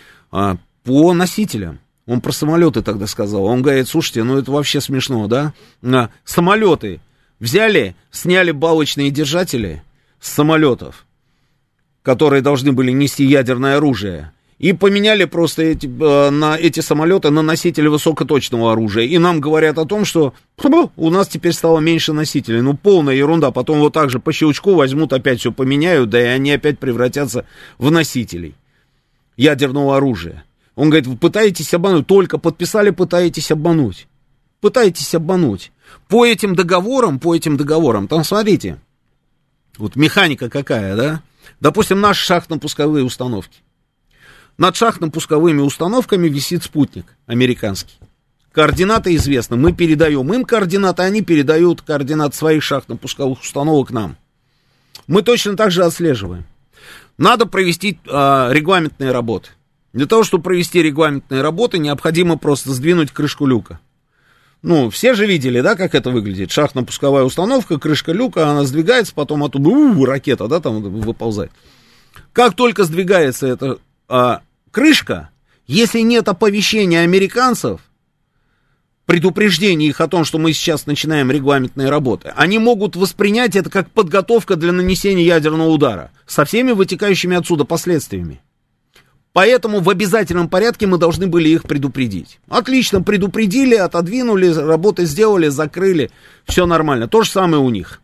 По носителям. Он про самолеты тогда сказал. Он говорит, слушайте, ну это вообще смешно, да? Самолеты взяли, сняли балочные держатели с самолетов, которые должны были нести ядерное оружие, и поменяли просто на эти самолеты на носители высокоточного оружия. И нам говорят о том, что у нас теперь стало меньше носителей. Ну, полная ерунда. Потом вот так же по щелчку возьмут, опять все поменяют, да и они опять превратятся в носителей ядерного оружия. Он говорит, вы пытаетесь обмануть, только подписали, пытаетесь обмануть. Пытаетесь обмануть. По этим договорам, там, смотрите, вот механика какая, да? Допустим, наши шахтно-пусковые установки. Над шахтно-пусковыми установками висит спутник американский. Координаты известны, мы передаем им координаты, они передают координаты своих шахтно-пусковых установок нам. Мы точно так же отслеживаем. Надо провести регламентные работы. Для того, чтобы провести регламентные работы, необходимо просто сдвинуть крышку люка. Ну, все же видели, да, как это выглядит. Шахтно-пусковая установка, крышка люка, она сдвигается, потом оттуда ракета, да, там выползает. Как только сдвигается эта крышка, если нет оповещения американцев, предупреждения их о том, что мы сейчас начинаем регламентные работы, они могут воспринять это как подготовка для нанесения ядерного удара со всеми вытекающими отсюда последствиями. Поэтому в обязательном порядке мы должны были их предупредить. Отлично, предупредили, отодвинули, работы сделали, закрыли, все нормально. То же самое у них.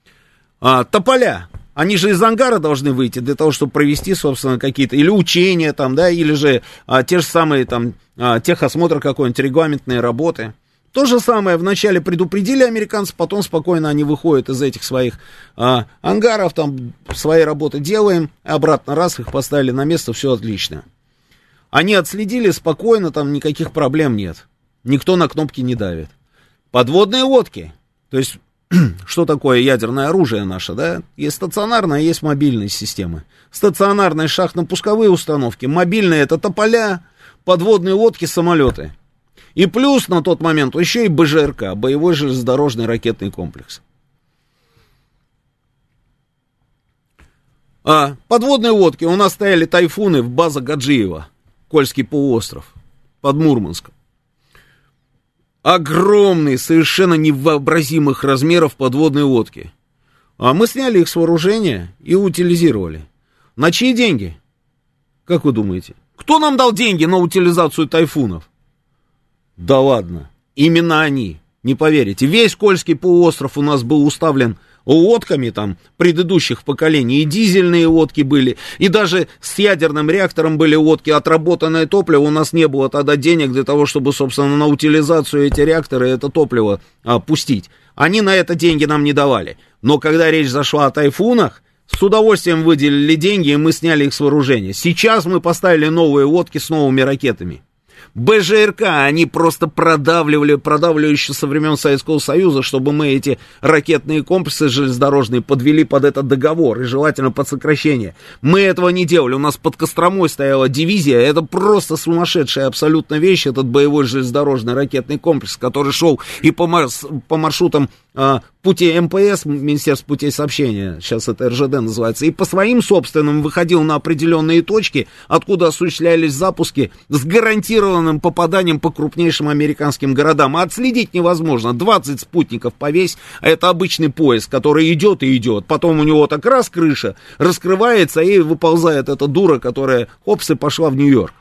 Тополя. Они же из ангара должны выйти для того, чтобы провести, собственно, какие-то или учения там, да, или же те же самые там техосмотр какой-нибудь, регламентные работы. То же самое, вначале предупредили американцев, потом спокойно они выходят из этих своих ангаров, там свои работы делаем, обратно раз, их поставили на место, все отлично. Они отследили спокойно, там никаких проблем нет. Никто на кнопки не давит. Подводные лодки, то есть... Что такое ядерное оружие наше, да? Есть стационарные, есть мобильные системы. Стационарные шахтно-пусковые установки, мобильные это тополя, подводные лодки, самолеты. И плюс на тот момент еще и БЖРК, боевой железнодорожный ракетный комплекс. Подводные лодки, у нас стояли тайфуны в базе Гаджиева, Кольский полуостров, под Мурманском. Огромные, совершенно невообразимых размеров подводные лодки. А мы сняли их с вооружения и утилизировали. На чьи деньги? Как вы думаете? Кто нам дал деньги на утилизацию тайфунов? Да ладно, именно они, не поверите. Весь Кольский полуостров у нас был уставлен лодками там предыдущих поколений, и дизельные лодки были, и даже с ядерным реактором были лодки, отработанное топливо, у нас не было тогда денег для того, чтобы, собственно, на утилизацию эти реакторы, это топливо пустить. Они на это деньги нам не давали. Но когда речь зашла о тайфунах, с удовольствием выделили деньги, и мы сняли их с вооружения. Сейчас мы поставили новые лодки с новыми ракетами. БЖРК они просто продавливали еще со времен Советского Союза, чтобы мы эти ракетные комплексы железнодорожные подвели под этот договор, и желательно под сокращение. Мы этого не делали, у нас под Костромой стояла дивизия, это просто сумасшедшая абсолютно вещь, этот боевой железнодорожный ракетный комплекс, который шел и по маршрутам пути МПС, Министерство путей сообщения, сейчас это РЖД называется, и по своим собственным выходил на определенные точки, откуда осуществлялись запуски с гарантированным попаданием по крупнейшим американским городам. А отследить невозможно. 20 спутников повесь, а это обычный поезд, который идет и идет. Потом у него так раз крыша раскрывается, и выползает эта дура, которая хопс и пошла в Нью-Йорк.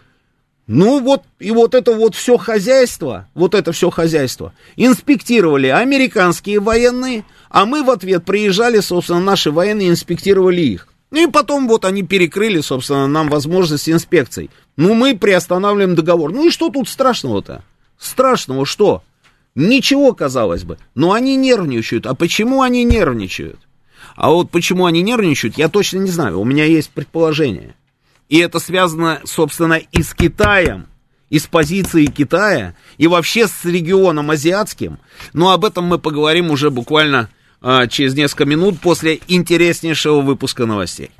Ну вот, и вот это все хозяйство инспектировали американские военные, а мы в ответ приезжали, собственно, наши военные инспектировали их. И потом вот они перекрыли, собственно, нам возможность инспекций. Ну, мы приостанавливаем договор. Ну и что тут страшного-то? Страшного что? Ничего, казалось бы. Но они нервничают. А почему они нервничают? А вот почему они нервничают, я точно не знаю. У меня есть предположение. И это связано, собственно, и с Китаем, и с позицией Китая, и вообще с регионом азиатским. Но об этом мы поговорим уже буквально через несколько минут после интереснейшего выпуска новостей.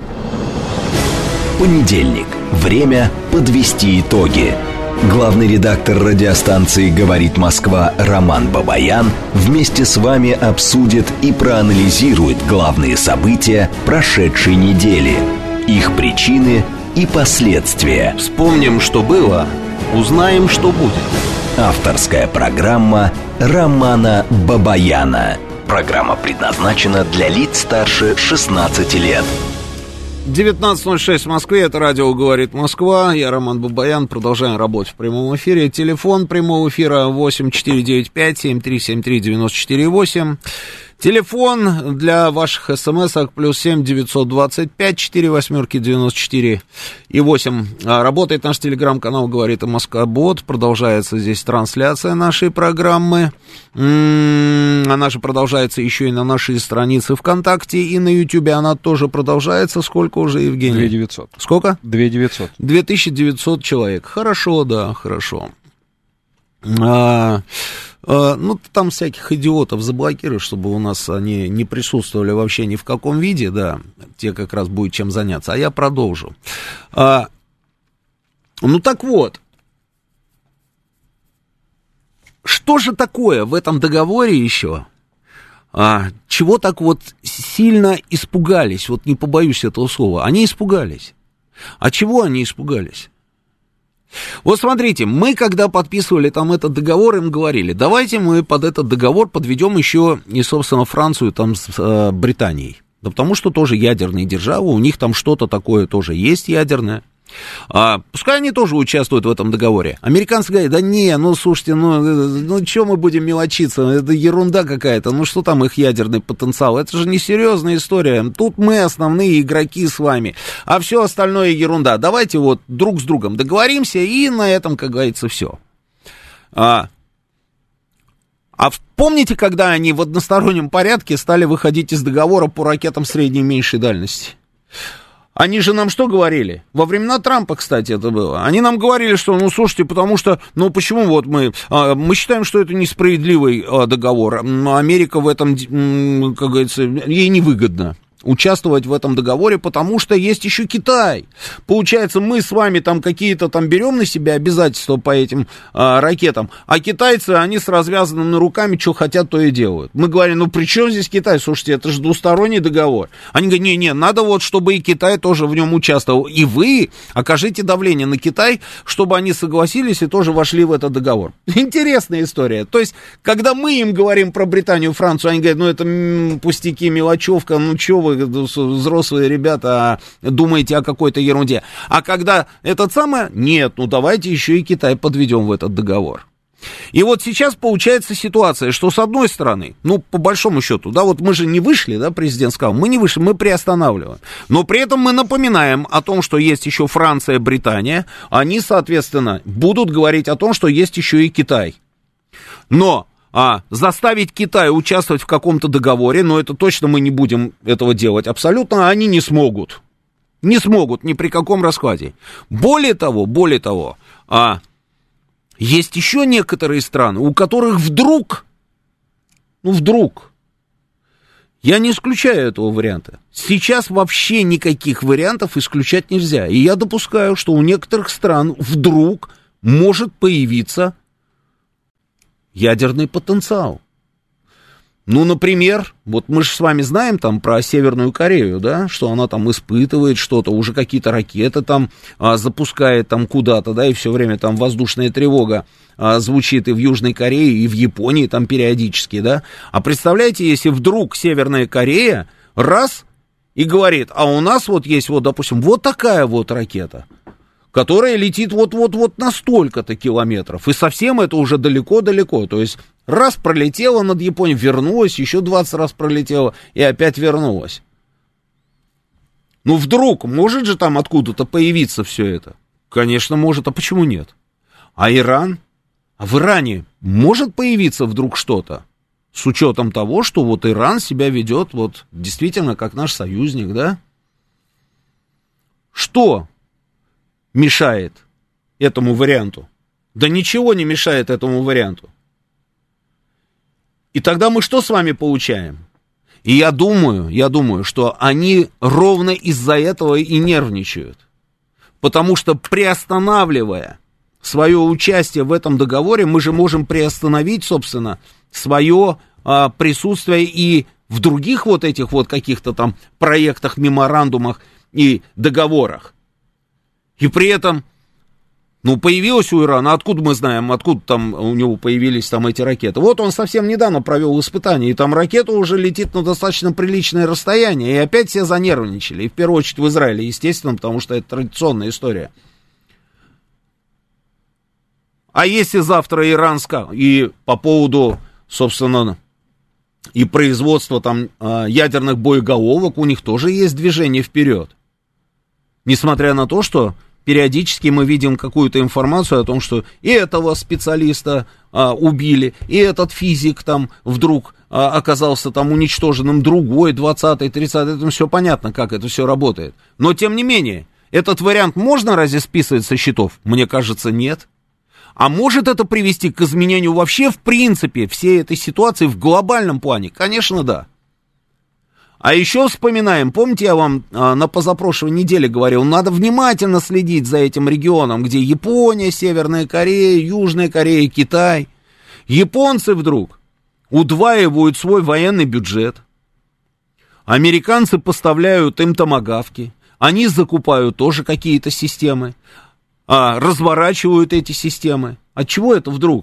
Понедельник. Время подвести итоги. Главный редактор радиостанции «Говорит Москва» Роман Бабаян вместе с вами обсудит и проанализирует главные события прошедшей недели, их причины и последствия. Вспомним, что было, узнаем, что будет. Авторская программа Романа Бабаяна. Программа предназначена для лиц старше 16 лет. 19:06 в Москве, это радио «Говорит Москва», я Роман Бабаян, продолжаем работать в прямом эфире. Телефон прямого эфира 8495-7373-94-8. Телефон для ваших смс-ок +7 925 48 94 и 8. Работает наш телеграм-канал «Говорит Москва-бот». Продолжается здесь трансляция нашей программы. Она же продолжается еще и на нашей странице ВКонтакте, и на Ютубе она тоже продолжается. Сколько уже, Евгений? 2900. Сколько? 2900. 2900 человек. Хорошо, да, хорошо. Ну, там всяких идиотов заблокируешь, чтобы у нас они не присутствовали вообще ни в каком виде, да, те как раз будет чем заняться, а я продолжу. Ну, так вот, что же такое в этом договоре еще? Чего так вот сильно испугались, вот не побоюсь этого слова, они испугались. А чего они испугались? Вот смотрите, мы когда подписывали там этот договор, им говорили, давайте мы под этот договор подведем еще и, собственно, Францию там с Британией. Да потому что тоже ядерные державы, у них там что-то такое тоже есть ядерное. Пускай они тоже участвуют в этом договоре. Американцы говорят, да не, ну слушайте, ну что мы будем мелочиться, это ерунда какая-то, ну что там их ядерный потенциал, это же не серьезная история, тут мы основные игроки с вами, а все остальное ерунда, давайте вот друг с другом договоримся, и на этом, как говорится, все. Помните, когда они в одностороннем порядке стали выходить из договора по ракетам средней и меньшей дальности? Они же нам что говорили? Во времена Трампа, кстати, это было. Они нам говорили, что, ну, слушайте, потому что, ну, почему вот мы считаем, что это несправедливый договор. Америка в этом, как говорится, ей невыгодно участвовать в этом договоре, потому что есть еще Китай. Получается, мы с вами там какие-то там берем на себя обязательства по этим ракетам, а китайцы, они с развязанными руками, что хотят, то и делают. Мы говорим, ну при чем здесь Китай? Слушайте, это же двусторонний договор. Они говорят, не, надо вот, чтобы и Китай тоже в нем участвовал. И вы окажите давление на Китай, чтобы они согласились и тоже вошли в этот договор. Интересная история. То есть, когда мы им говорим про Британию, Францию, они говорят, ну это пустяки, мелочевка, ну что вы, взрослые ребята, думаете о какой-то ерунде. А когда этот самый, нет, ну давайте еще и Китай подведем в этот договор. И вот сейчас получается ситуация, что с одной стороны, ну, по большому счету, да, вот мы же не вышли, да, президент сказал, мы не вышли, мы приостанавливаем. Но при этом мы напоминаем о том, что есть еще Франция, Британия, они, соответственно, будут говорить о том, что есть еще и Китай. Но заставить Китай участвовать в каком-то договоре, но это точно мы не будем этого делать, абсолютно они не смогут. Не смогут ни при каком раскладе. Более того, есть еще некоторые страны, у которых вдруг, я не исключаю этого варианта. Сейчас вообще никаких вариантов исключать нельзя. И я допускаю, что у некоторых стран вдруг может появиться ядерный потенциал. Ну, например, вот мы же с вами знаем там про Северную Корею, да, что она там испытывает что-то, уже какие-то ракеты там запускает там куда-то, да, и все время там воздушная тревога звучит и в Южной Корее, и в Японии там периодически, да. А представляете, если вдруг Северная Корея раз и говорит, а у нас вот есть вот, допустим, вот такая вот ракета, которая летит вот на столько-то километров, и совсем это уже далеко-далеко, то есть раз пролетела над Японией, вернулась, еще 20 раз пролетела и опять вернулась. Ну, вдруг, может же там откуда-то появиться все это? Конечно, может, а почему нет? А Иран? А в Иране может появиться вдруг что-то? С учетом того, что вот Иран себя ведет вот действительно как наш союзник, да? Что мешает этому варианту? Да ничего не мешает этому варианту. И тогда мы что с вами получаем? И я думаю, что они ровно из-за этого и нервничают. Потому что приостанавливая свое участие в этом договоре, мы же можем приостановить, собственно, свое присутствие и в других вот этих вот каких-то там проектах, меморандумах и договорах. И при этом, ну, появилась у Ирана, откуда мы знаем, откуда там у него появились там эти ракеты? Вот он совсем недавно провел испытания, и там ракета уже летит на достаточно приличное расстояние, и опять все занервничали, и в первую очередь в Израиле, естественно, потому что это традиционная история. А если завтра Иран и по поводу, собственно, и производства там ядерных боеголовок, у них тоже есть движение вперед. Несмотря на то, что периодически мы видим какую-то информацию о том, что и этого специалиста убили, и этот физик там вдруг оказался там уничтоженным, другой, 20-й, 30-й, это все понятно, как это все работает. Но, тем не менее, этот вариант можно разве списывать со счетов? Мне кажется, нет. А может это привести к изменению вообще, в принципе, всей этой ситуации в глобальном плане? Конечно, да. А еще вспоминаем, помните, я вам на позапрошлой неделе говорил, надо внимательно следить за этим регионом, где Япония, Северная Корея, Южная Корея, Китай. Японцы вдруг удваивают свой военный бюджет. Американцы поставляют им томагавки. Они закупают тоже какие-то системы, разворачивают эти системы. Отчего это вдруг?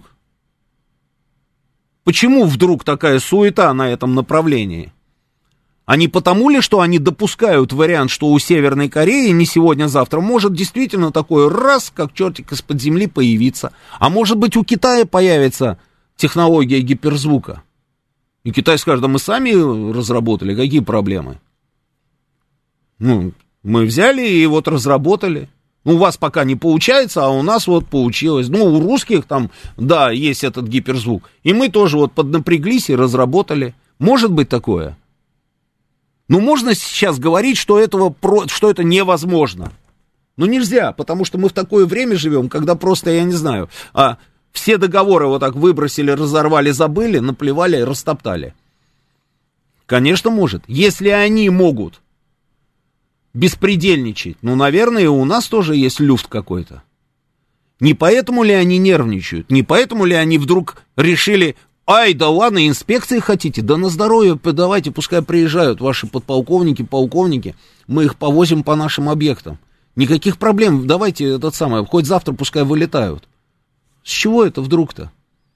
Почему вдруг такая суета на этом направлении? А не потому ли, что они допускают вариант, что у Северной Кореи не сегодня-завтра может действительно такой раз, как чертик из-под земли появиться. А может быть, у Китая появится технология гиперзвука. И Китай скажет, да мы сами разработали, какие проблемы? Ну, мы взяли и вот разработали. У вас пока не получается, а у нас вот получилось. Ну, у русских там, да, есть этот гиперзвук. И мы тоже вот поднапряглись и разработали. Может быть такое? Ну, можно сейчас говорить, что это невозможно. Ну, нельзя, потому что мы в такое время живем, когда просто, я не знаю, все договоры вот так выбросили, разорвали, забыли, наплевали, растоптали. Конечно, может. Если они могут беспредельничать, ну, наверное, и у нас тоже есть люфт какой-то. Не поэтому ли они нервничают? Не поэтому ли они вдруг решили... Ай, да ладно, инспекции хотите? Да на здоровье, давайте, пускай приезжают ваши подполковники, полковники, мы их повозим по нашим объектам. Никаких проблем, давайте хоть завтра пускай вылетают. С чего это вдруг-то?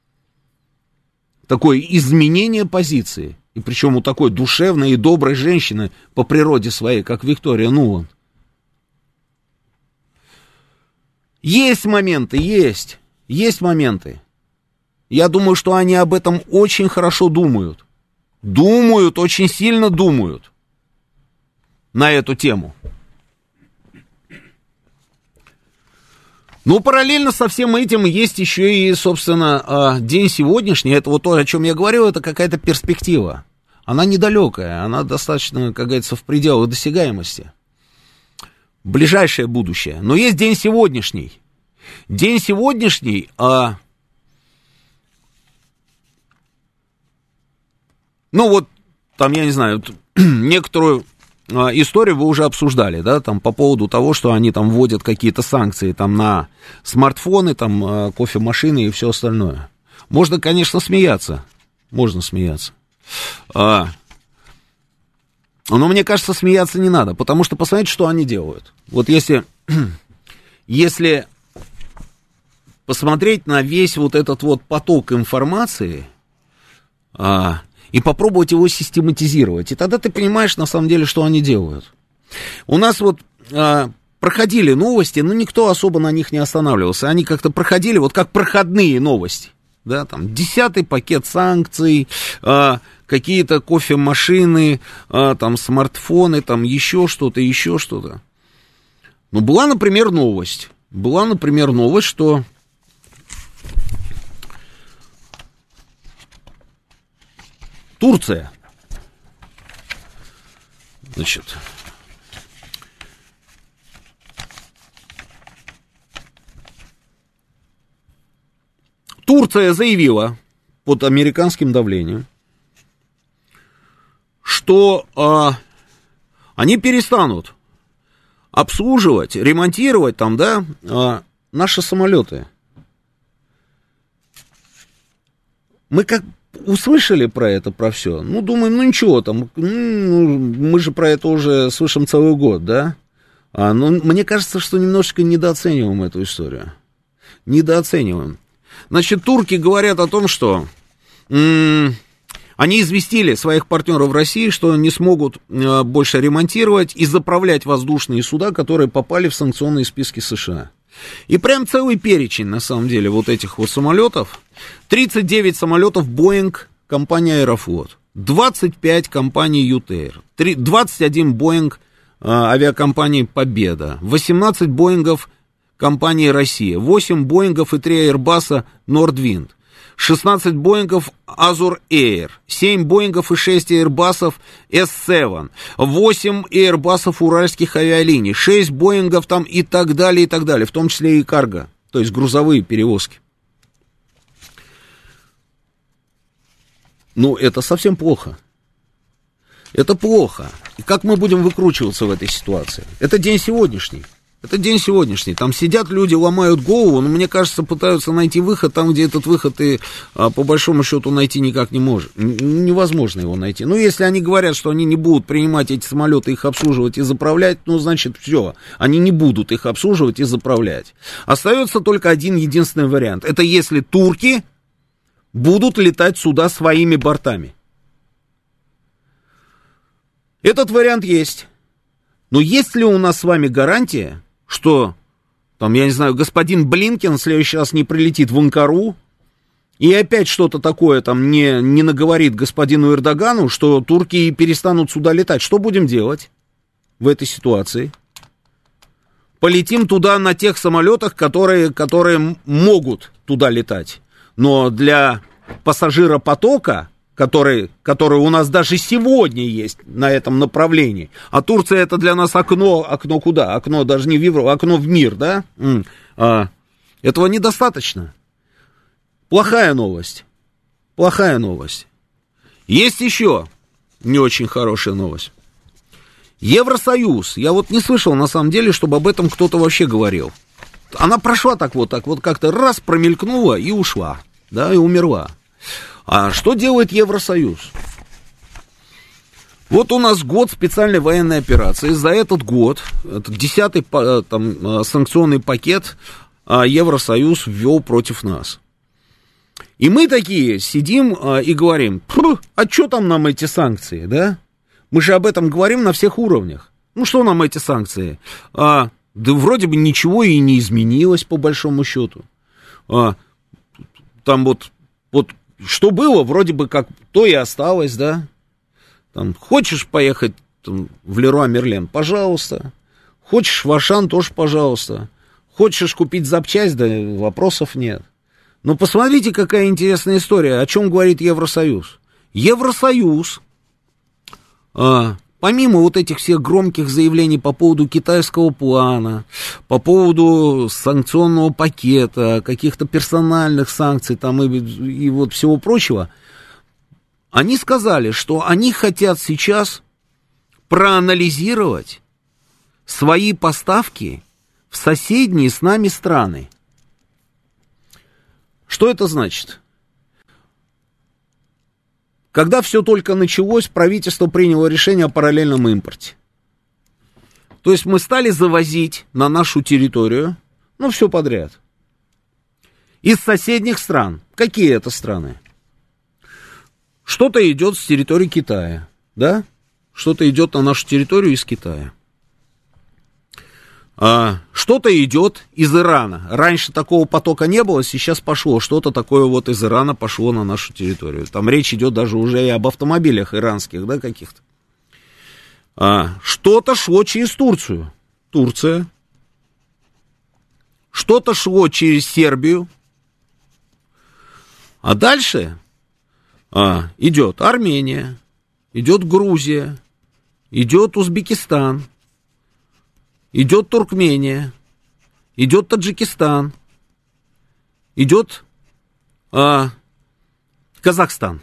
Такое изменение позиции, и причем у такой душевной и доброй женщины по природе своей, как Виктория Нуланд. Есть моменты, есть моменты. Я думаю, что они об этом очень хорошо думают. Думают, очень сильно думают на эту тему. Ну, параллельно со всем этим есть еще и, собственно, день сегодняшний. Это вот то, о чем я говорю, это какая-то перспектива. Она недалекая, она достаточно, как говорится, в пределах досягаемости. Ближайшее будущее. Но есть день сегодняшний. День сегодняшний... Ну, вот, там, я не знаю, некоторую историю вы уже обсуждали, да, там, по поводу того, что они там вводят какие-то санкции, там, на смартфоны, там, кофемашины и все остальное. Можно, конечно, смеяться, но мне кажется, смеяться не надо, потому что посмотрите, что они делают. Вот если посмотреть на весь вот этот вот поток информации, и попробовать его систематизировать. И тогда ты понимаешь, на самом деле, что они делают. У нас вот проходили новости, но никто особо на них не останавливался. Они как-то проходили, вот как проходные новости. Да, там 10-й пакет санкций, какие-то кофемашины, там смартфоны, там еще что-то. Ну, была, например, новость, что... Турция. Значит, Турция заявила под американским давлением, что они перестанут обслуживать, ремонтировать там, да, наши самолеты. Мы как услышали про это, про все. Ну, думаем, ну ничего там, мы же про это уже слышим целый год, да? Но мне кажется, что немножечко недооцениваем эту историю. Недооцениваем. Значит, турки говорят о том, что они известили своих партнеров в России, что не смогут больше ремонтировать и заправлять воздушные суда, которые попали в санкционные списки США. И прям целый перечень, на самом деле, вот этих вот самолетов. 39 самолетов Boeing, компания Аэрофлот. 25 компаний Ютейр. 21 Boeing авиакомпании Победа. 18 Боингов компании Россия. 8 Боингов и 3 Airbus Nordwind. 16 Боингов Azur Air, 7 Боингов и 6 Airbus'ов S7, 8 Airbus'ов уральских авиалиний, 6 Боингов там и так далее, в том числе и карго, то есть грузовые перевозки. Ну, это совсем плохо. Это плохо. И как мы будем выкручиваться в этой ситуации? Это день сегодняшний. Там сидят люди, ломают голову, но мне кажется, пытаются найти выход там, где этот выход и по большому счету найти никак не может. Невозможно его найти. Ну, если они говорят, что они не будут принимать эти самолеты, их обслуживать и заправлять, ну, значит, все. Они не будут их обслуживать и заправлять. Остается только один единственный вариант. Это если турки будут летать сюда своими бортами. Этот вариант есть. Но есть ли у нас с вами гарантия, что, там, я не знаю, господин Блинкен в следующий раз не прилетит в Анкару и опять что-то такое там не наговорит господину Эрдогану, что турки перестанут сюда летать? Что будем делать в этой ситуации? Полетим туда на тех самолетах, которые могут туда летать. Но для пассажиропотока, который у нас даже сегодня есть на этом направлении. А Турция это для нас окно куда? Окно даже не в Европу, окно в мир, да? Этого недостаточно. Плохая новость. Есть еще не очень хорошая новость. Евросоюз. Я вот не слышал, на самом деле, чтобы об этом кто-то вообще говорил. Она прошла так вот как-то раз, промелькнула и ушла, да, и умерла. А что делает Евросоюз? Вот у нас год специальной военной операции. За этот год, это 10-й там, санкционный пакет Евросоюз ввел против нас. И мы такие сидим и говорим, а что там нам эти санкции, да? Мы же об этом говорим на всех уровнях. Ну что нам эти санкции? Да вроде бы ничего и не изменилось по большому счету. Там вот Вот что было, вроде бы как то и осталось, да. Там, хочешь поехать там, в Леруа Мерлен, пожалуйста. Хочешь в Ашан, тоже пожалуйста. Хочешь купить запчасть, да вопросов нет. Но посмотрите, какая интересная история, о чем говорит Евросоюз. Евросоюз, помимо вот этих всех громких заявлений по поводу китайского плана, по поводу санкционного пакета, каких-то персональных санкций там и вот всего прочего, они сказали, что они хотят сейчас проанализировать свои поставки в соседние с нами страны. Что это значит? Когда все только началось, правительство приняло решение о параллельном импорте. То есть мы стали завозить на нашу территорию, ну, все подряд. Из соседних стран. Какие это страны? Что-то идет с территории Китая, да? Что-то идет на нашу территорию из Китая. Что-то идет из Ирана. Раньше такого потока не было, сейчас пошло. Что-то такое вот из Ирана пошло на нашу территорию. Там речь идет даже уже и об автомобилях иранских, да, каких-то. Что-то шло через Турцию. Турция. Что-то шло через Сербию. А дальше идет Армения, идет Грузия, идет Узбекистан, идет Туркмения, идет Таджикистан, идет Казахстан.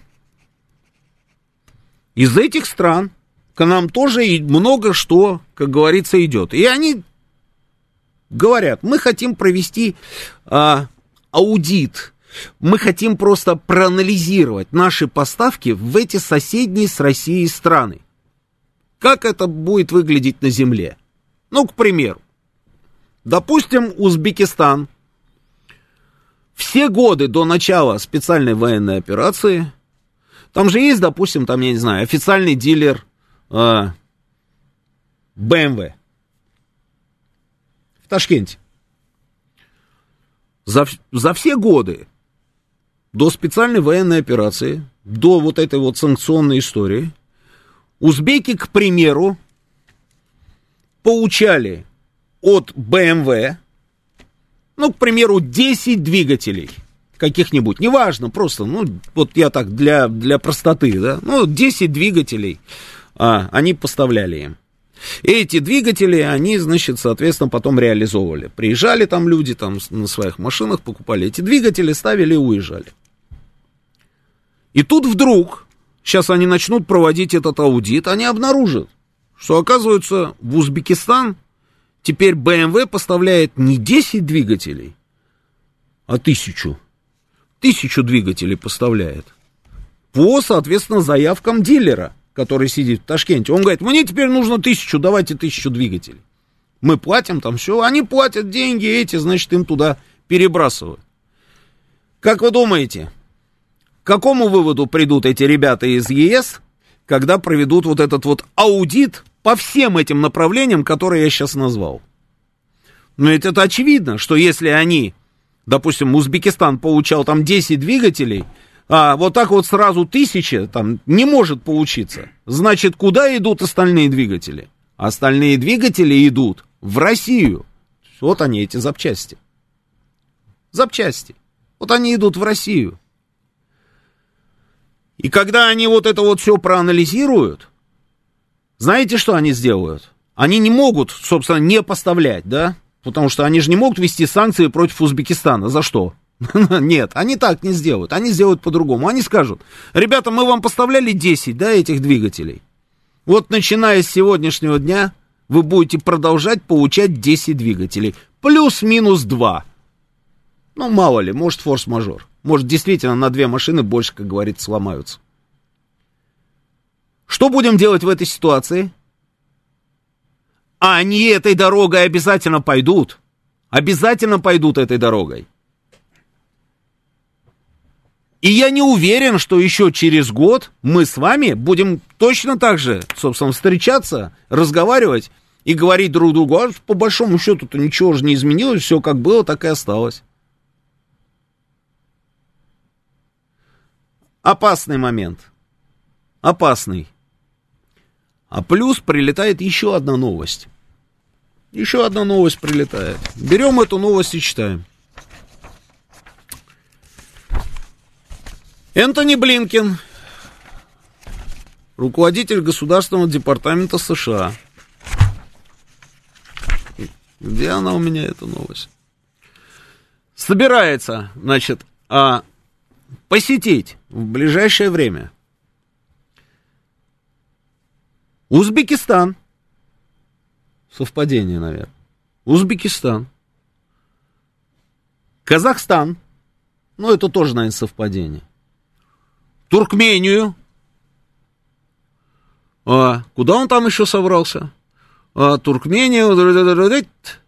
Из этих стран к нам тоже много что, как говорится, идет. И они говорят, мы хотим провести аудит, мы хотим просто проанализировать наши поставки в эти соседние с Россией страны. Как это будет выглядеть на земле? Ну, к примеру, допустим, Узбекистан все годы до начала специальной военной операции, там же есть, допустим, там, я не знаю, официальный дилер BMW в Ташкенте. За все годы до специальной военной операции, до вот этой вот санкционной истории, узбеки, к примеру, получали от BMW, ну, к примеру, 10 двигателей каких-нибудь, неважно, просто, ну, вот я так для простоты, да, ну, 10 двигателей они поставляли им. Эти двигатели, они, значит, соответственно, потом реализовывали. Приезжали там люди там на своих машинах, покупали эти двигатели, ставили и уезжали. И тут вдруг, сейчас они начнут проводить этот аудит, они обнаружат, что, оказывается, в Узбекистан теперь BMW поставляет не 10 двигателей, а 1000. 1000 двигателей поставляет. По, соответственно, заявкам дилера, который сидит в Ташкенте. Он говорит, мне теперь нужно 1000, давайте 1000 двигателей. Мы платим там все, они платят деньги эти, значит, им туда перебрасывают. Как вы думаете, к какому выводу придут эти ребята из ЕС, когда проведут вот этот вот аудит по всем этим направлениям, которые я сейчас назвал? Но ведь это очевидно, что если они, допустим, Узбекистан получал там 10 двигателей, а вот так вот сразу 1000, там не может получиться. Значит, куда идут остальные двигатели? Остальные двигатели идут в Россию. Вот они, эти запчасти. Запчасти. Вот они идут в Россию. И когда они вот это вот все проанализируют, знаете, что они сделают? Они не могут, собственно, не поставлять, да? Потому что они же не могут ввести санкции против Узбекистана. За что? Нет, они так не сделают. Они сделают по-другому. Они скажут, ребята, мы вам поставляли 10, да, этих двигателей. Вот начиная с сегодняшнего дня вы будете продолжать получать 10 двигателей. Плюс-минус 2. Ну, мало ли, может, форс-мажор. Может, действительно, на 2 машины больше, как говорится, сломаются. Что будем делать в этой ситуации? Они этой дорогой обязательно пойдут. Обязательно пойдут этой дорогой. И я не уверен, что еще через год мы с вами будем точно так же, собственно, встречаться, разговаривать и говорить друг другу, а по большому счету-то ничего же не изменилось, все как было, так и осталось. Опасный момент. Опасный. А плюс прилетает еще одна новость. Еще одна новость прилетает. Берем эту новость и читаем. Энтони Блинкен, руководитель Государственного департамента США. Где она у меня, эта новость? Собирается, значит, посетить в ближайшее время Узбекистан. Совпадение, наверное. Узбекистан. Казахстан. Ну, это тоже, наверное, совпадение. Туркмению. Куда он там еще собрался? Туркмению.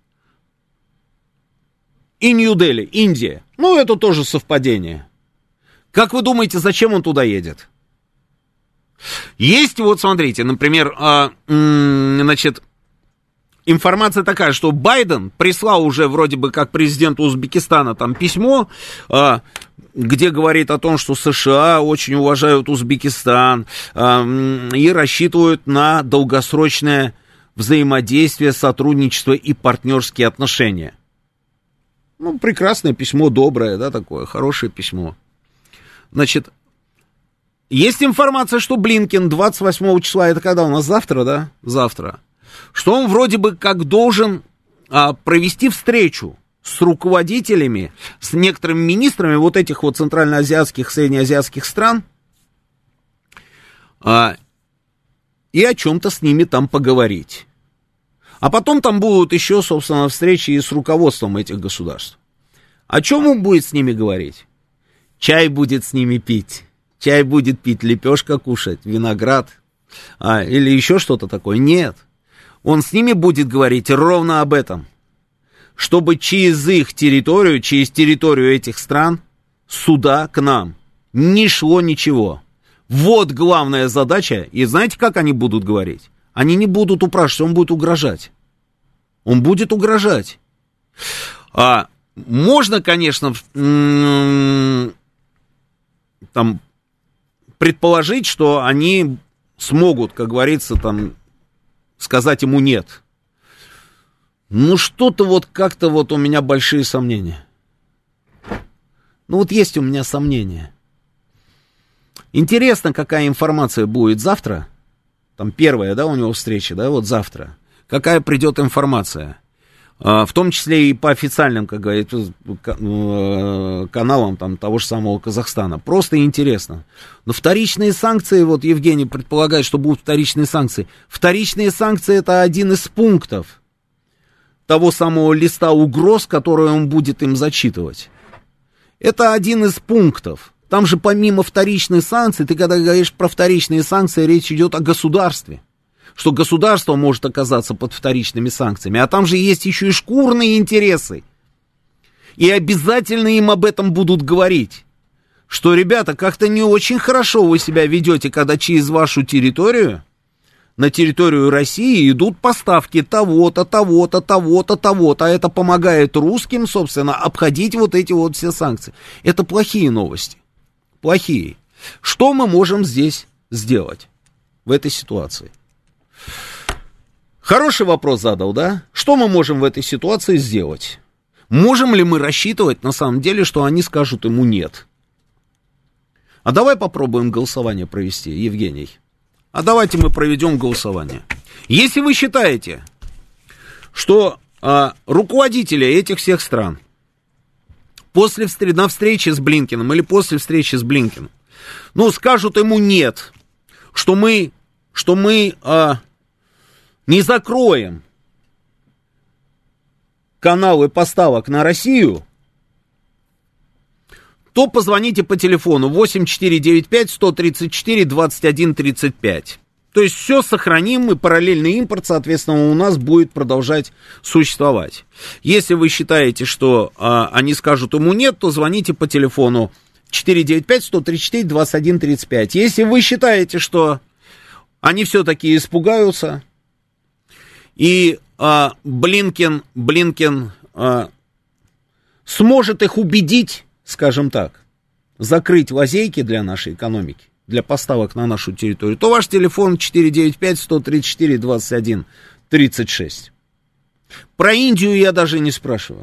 И Нью-Дели, Индия. Ну, это тоже совпадение. Как вы думаете, зачем он туда едет? Есть, вот смотрите, например, значит, информация такая, что Байден прислал уже вроде бы как президенту Узбекистана там письмо, где говорит о том, что США очень уважают Узбекистан и рассчитывают на долгосрочное взаимодействие, сотрудничество и партнерские отношения. Ну, прекрасное письмо, доброе, да, такое, хорошее письмо. Значит, есть информация, что Блинкен 28 числа, это когда у нас завтра, да? Завтра. Что он вроде бы как должен провести встречу с руководителями, с некоторыми министрами вот этих вот центральноазиатских, среднеазиатских стран, и о чем-то с ними там поговорить. А потом там будут еще, собственно, встречи и с руководством этих государств. О чем он будет с ними говорить? Чай будет с ними пить. Чай будет пить, лепешка кушать, виноград, или еще что-то такое. Нет. Он с ними будет говорить ровно об этом. Чтобы через их территорию, через территорию этих стран, сюда, к нам, не шло ничего. Вот главная задача. И знаете, как они будут говорить? Они не будут упрашивать, он будет угрожать. Он будет угрожать. Можно, конечно, там предположить, что они смогут, как говорится, там сказать ему нет. Ну, что-то вот как-то вот у меня большие сомнения. Ну, вот есть у меня сомнения. Интересно, какая информация будет завтра. Там первая, да, у него встреча, да, вот завтра. Какая придет информация. В том числе и по официальным, как говорится, каналам там, того же самого Казахстана. Просто интересно. Но вторичные санкции, вот Евгений предполагает, что будут вторичные санкции. Вторичные санкции — это один из пунктов того самого листа угроз, который он будет им зачитывать. Это один из пунктов. Там же помимо вторичных санкций, ты когда говоришь про вторичные санкции, речь идет о государстве. Что государство может оказаться под вторичными санкциями. А там же есть еще и шкурные интересы. И обязательно им об этом будут говорить. Что, ребята, как-то не очень хорошо вы себя ведете, когда через вашу территорию, на территорию России идут поставки того-то, того-то, того-то, того-то. А это помогает русским, собственно, обходить вот эти вот все санкции. Это плохие новости. Плохие. Что мы можем здесь сделать в этой ситуации? Хороший вопрос задал, да? Что мы можем в этой ситуации сделать? Можем ли мы рассчитывать, на самом деле, что они скажут ему нет? А давай попробуем голосование провести, Евгений. А давайте мы проведем голосование. Если вы считаете, что руководители этих всех стран на встрече с Блинкеном или после встречи с Блинкеном, ну, скажут ему нет, что мы не закроем каналы поставок на Россию, то позвоните по телефону 8495-134-21-35. То есть все сохраним, и параллельный импорт, соответственно, у нас будет продолжать существовать. Если вы считаете, что они скажут ему нет, то звоните по телефону 495-134-21-35. Если вы считаете, что они все-таки испугаются, и Блинкен сможет их убедить, скажем так, закрыть лазейки для нашей экономики, для поставок на нашу территорию, то ваш телефон 495-134-21-36. Про Индию я даже не спрашиваю.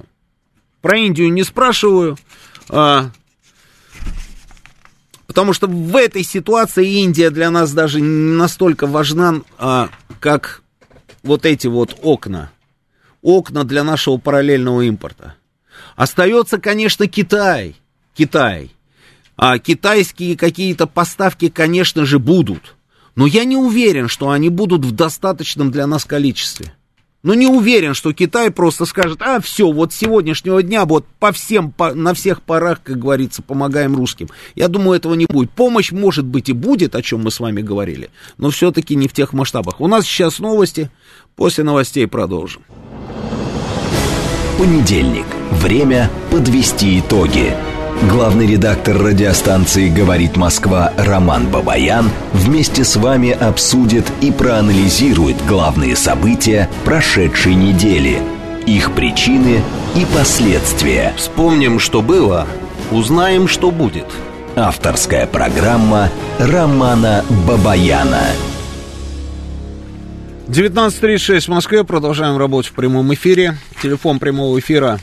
Потому что в этой ситуации Индия для нас даже не настолько важна, как вот эти вот окна для нашего параллельного импорта. Остается, конечно, Китай. А китайские какие-то поставки, конечно же, будут. Но я не уверен, что они будут в достаточном для нас количестве. Не уверен, что Китай просто скажет: все, вот с сегодняшнего дня вот на всех парах, как говорится, помогаем русским. Я думаю, этого не будет. Помощь, может быть, и будет, о чем мы с вами говорили, но все-таки не в тех масштабах. У нас сейчас новости, после новостей продолжим. Понедельник. Время подвести итоги. Главный редактор радиостанции «Говорит Москва» Роман Бабаян вместе с вами обсудит и проанализирует главные события прошедшей недели, их причины и последствия. Вспомним, что было, узнаем, что будет. Авторская программа Романа Бабаяна. 19:36 в Москве. Продолжаем работать в прямом эфире. Телефон прямого эфира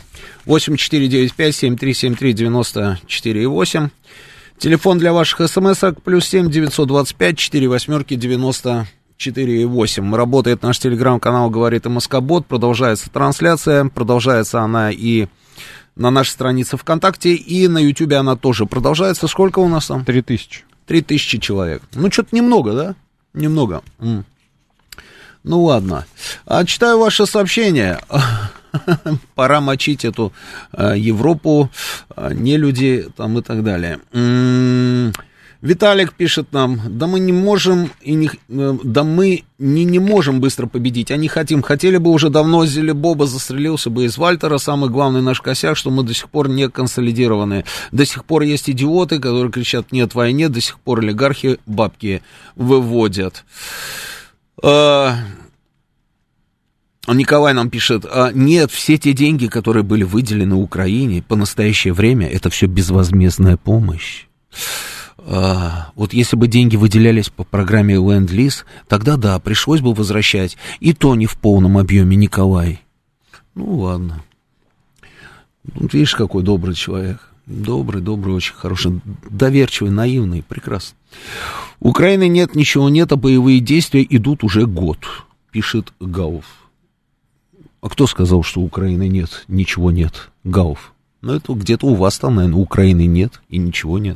8495-7373-94,8. Телефон для ваших смс-ок +7 925 48 94,8. Работает наш телеграм-канал «Говорит МСК-бот». Продолжается трансляция. Продолжается она и на нашей странице ВКонтакте, и на Ютубе она тоже продолжается. Сколько у нас там? 3000. 3000 человек. Что-то немного, да? Немного. Ладно. Читаю ваше сообщение. Пора мочить эту Европу, нелюди там и так далее. Виталик пишет нам: мы не можем быстро победить, а не хотим. Хотели бы уже давно, Зелебоба застрелился бы из Вальтера. Самый главный наш косяк, что мы до сих пор не консолидированы. До сих пор есть идиоты, которые кричат «нет войне», до сих пор олигархи бабки выводят. Николай нам пишет: нет, все те деньги, которые были выделены Украине по настоящее время, это все безвозмездная помощь. Вот если бы деньги выделялись по программе Ленд-Лиз, тогда да, пришлось бы возвращать. И то не в полном объеме, Николай. Ладно. Видишь, какой добрый человек. Добрый, очень хороший, доверчивый, наивный, прекрасно. Украины нет, ничего нет, а боевые действия идут уже год, пишет Гауф. А кто сказал, что Украины нет, ничего нет? Гауф. Это где-то у вас там, наверное, Украины нет и ничего нет.